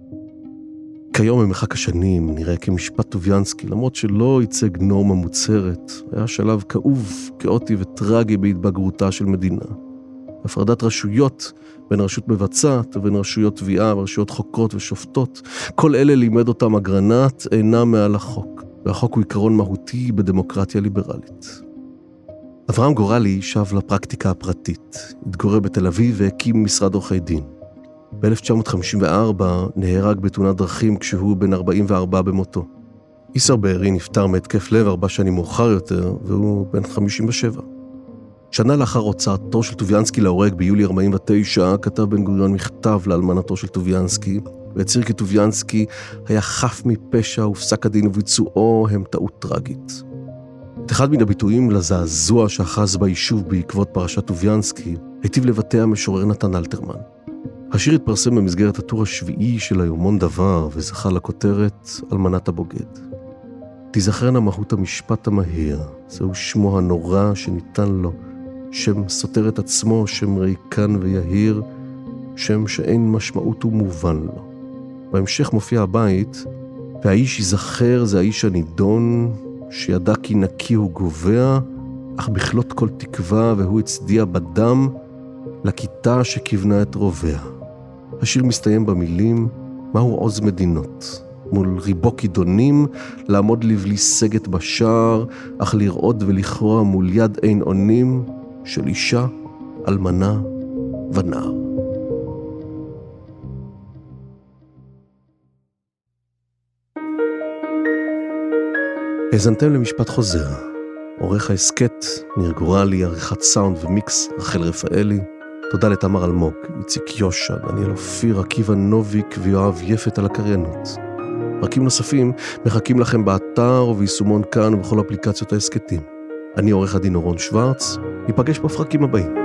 כיום במרחק השנים נראה כמשפט טוביאנסקי, למרות שלא ייצג נורמה מוצהרת, היה שלב כאוב, כאוטי וטרגי בהתבגרותה של מדינה. הפרדת רשויות בין רשות מבצעת ובין רשויות תביעה ורשויות חוקרות ושופטות, כל אלה לימד אותם אגרנט אינם מעל החוק, והחוק הוא עיקרון מהותי בדמוקרטיה ליברלית. אברהם גורלי שב לפרקטיקה הפרטית, התגורר בתל אביב והקים משרד עורכי דין. ב-1954 נהרג בתאונת דרכים כשהוא בן 44 במותו. איסר בארי נפטר מהתקף לב 4 שנים מאוחר יותר, והוא בן 57. שנה לאחר הוצאתו של טוביאנסקי להורג ביולי 49, כתב בן גוריון מכתב לאלמנתו של טוביאנסקי, והצהיר כי טוביאנסקי היה חף מפשע ופסק הדין וביצועו הם טעות טרגית. את אחד מן הביטויים לזעזוע שאחז ביישוב בעקבות פרשת טוביאנסקי, היטיב לבטא המשורר נתן אלתרמן. השיר התפרסם במסגרת הטור השביעי של היומון דבר, וזכה לכותרת אלמנת הבוגד. תיזכרנה מהות המשפט המהיר, זהו שמו הנורא שניתן לו, שם סותר את עצמו, שם ריקן ויהיר, שם שאין משמעות ומובן לו. בהמשך מופיע הבית, והאיש יזכר זה האיש הנידון, שידע כי נקי הוא גובע, אך בכלות כל תקווה והוא הצדיע בדם, לכיתה שכיוונה את רובע. השיר מסתיים במילים, מהו עוז מדינות? מול ריבו כידונים, לעמוד לבלי סגת בשער, אך לראות ולכרוע מול יד אין עונים, של אישה, אלמנה ונער. האזנתם למשפט חוזר. עורך העסקת, ניר גורלי, עריכת סאונד ומיקס, רחל רפאלי. תודה לתמר אלמוג, איציק יושע, דניאל אופיר, עקיבא נוביק ויואב יפת על הקריינות. פרקים נוספים מחכים לכם באתר וביישומון כאן ובכל אפליקציות העסקתים. אני עורך הדין אורון שוורץ, ניפגש בפרקים הבאים.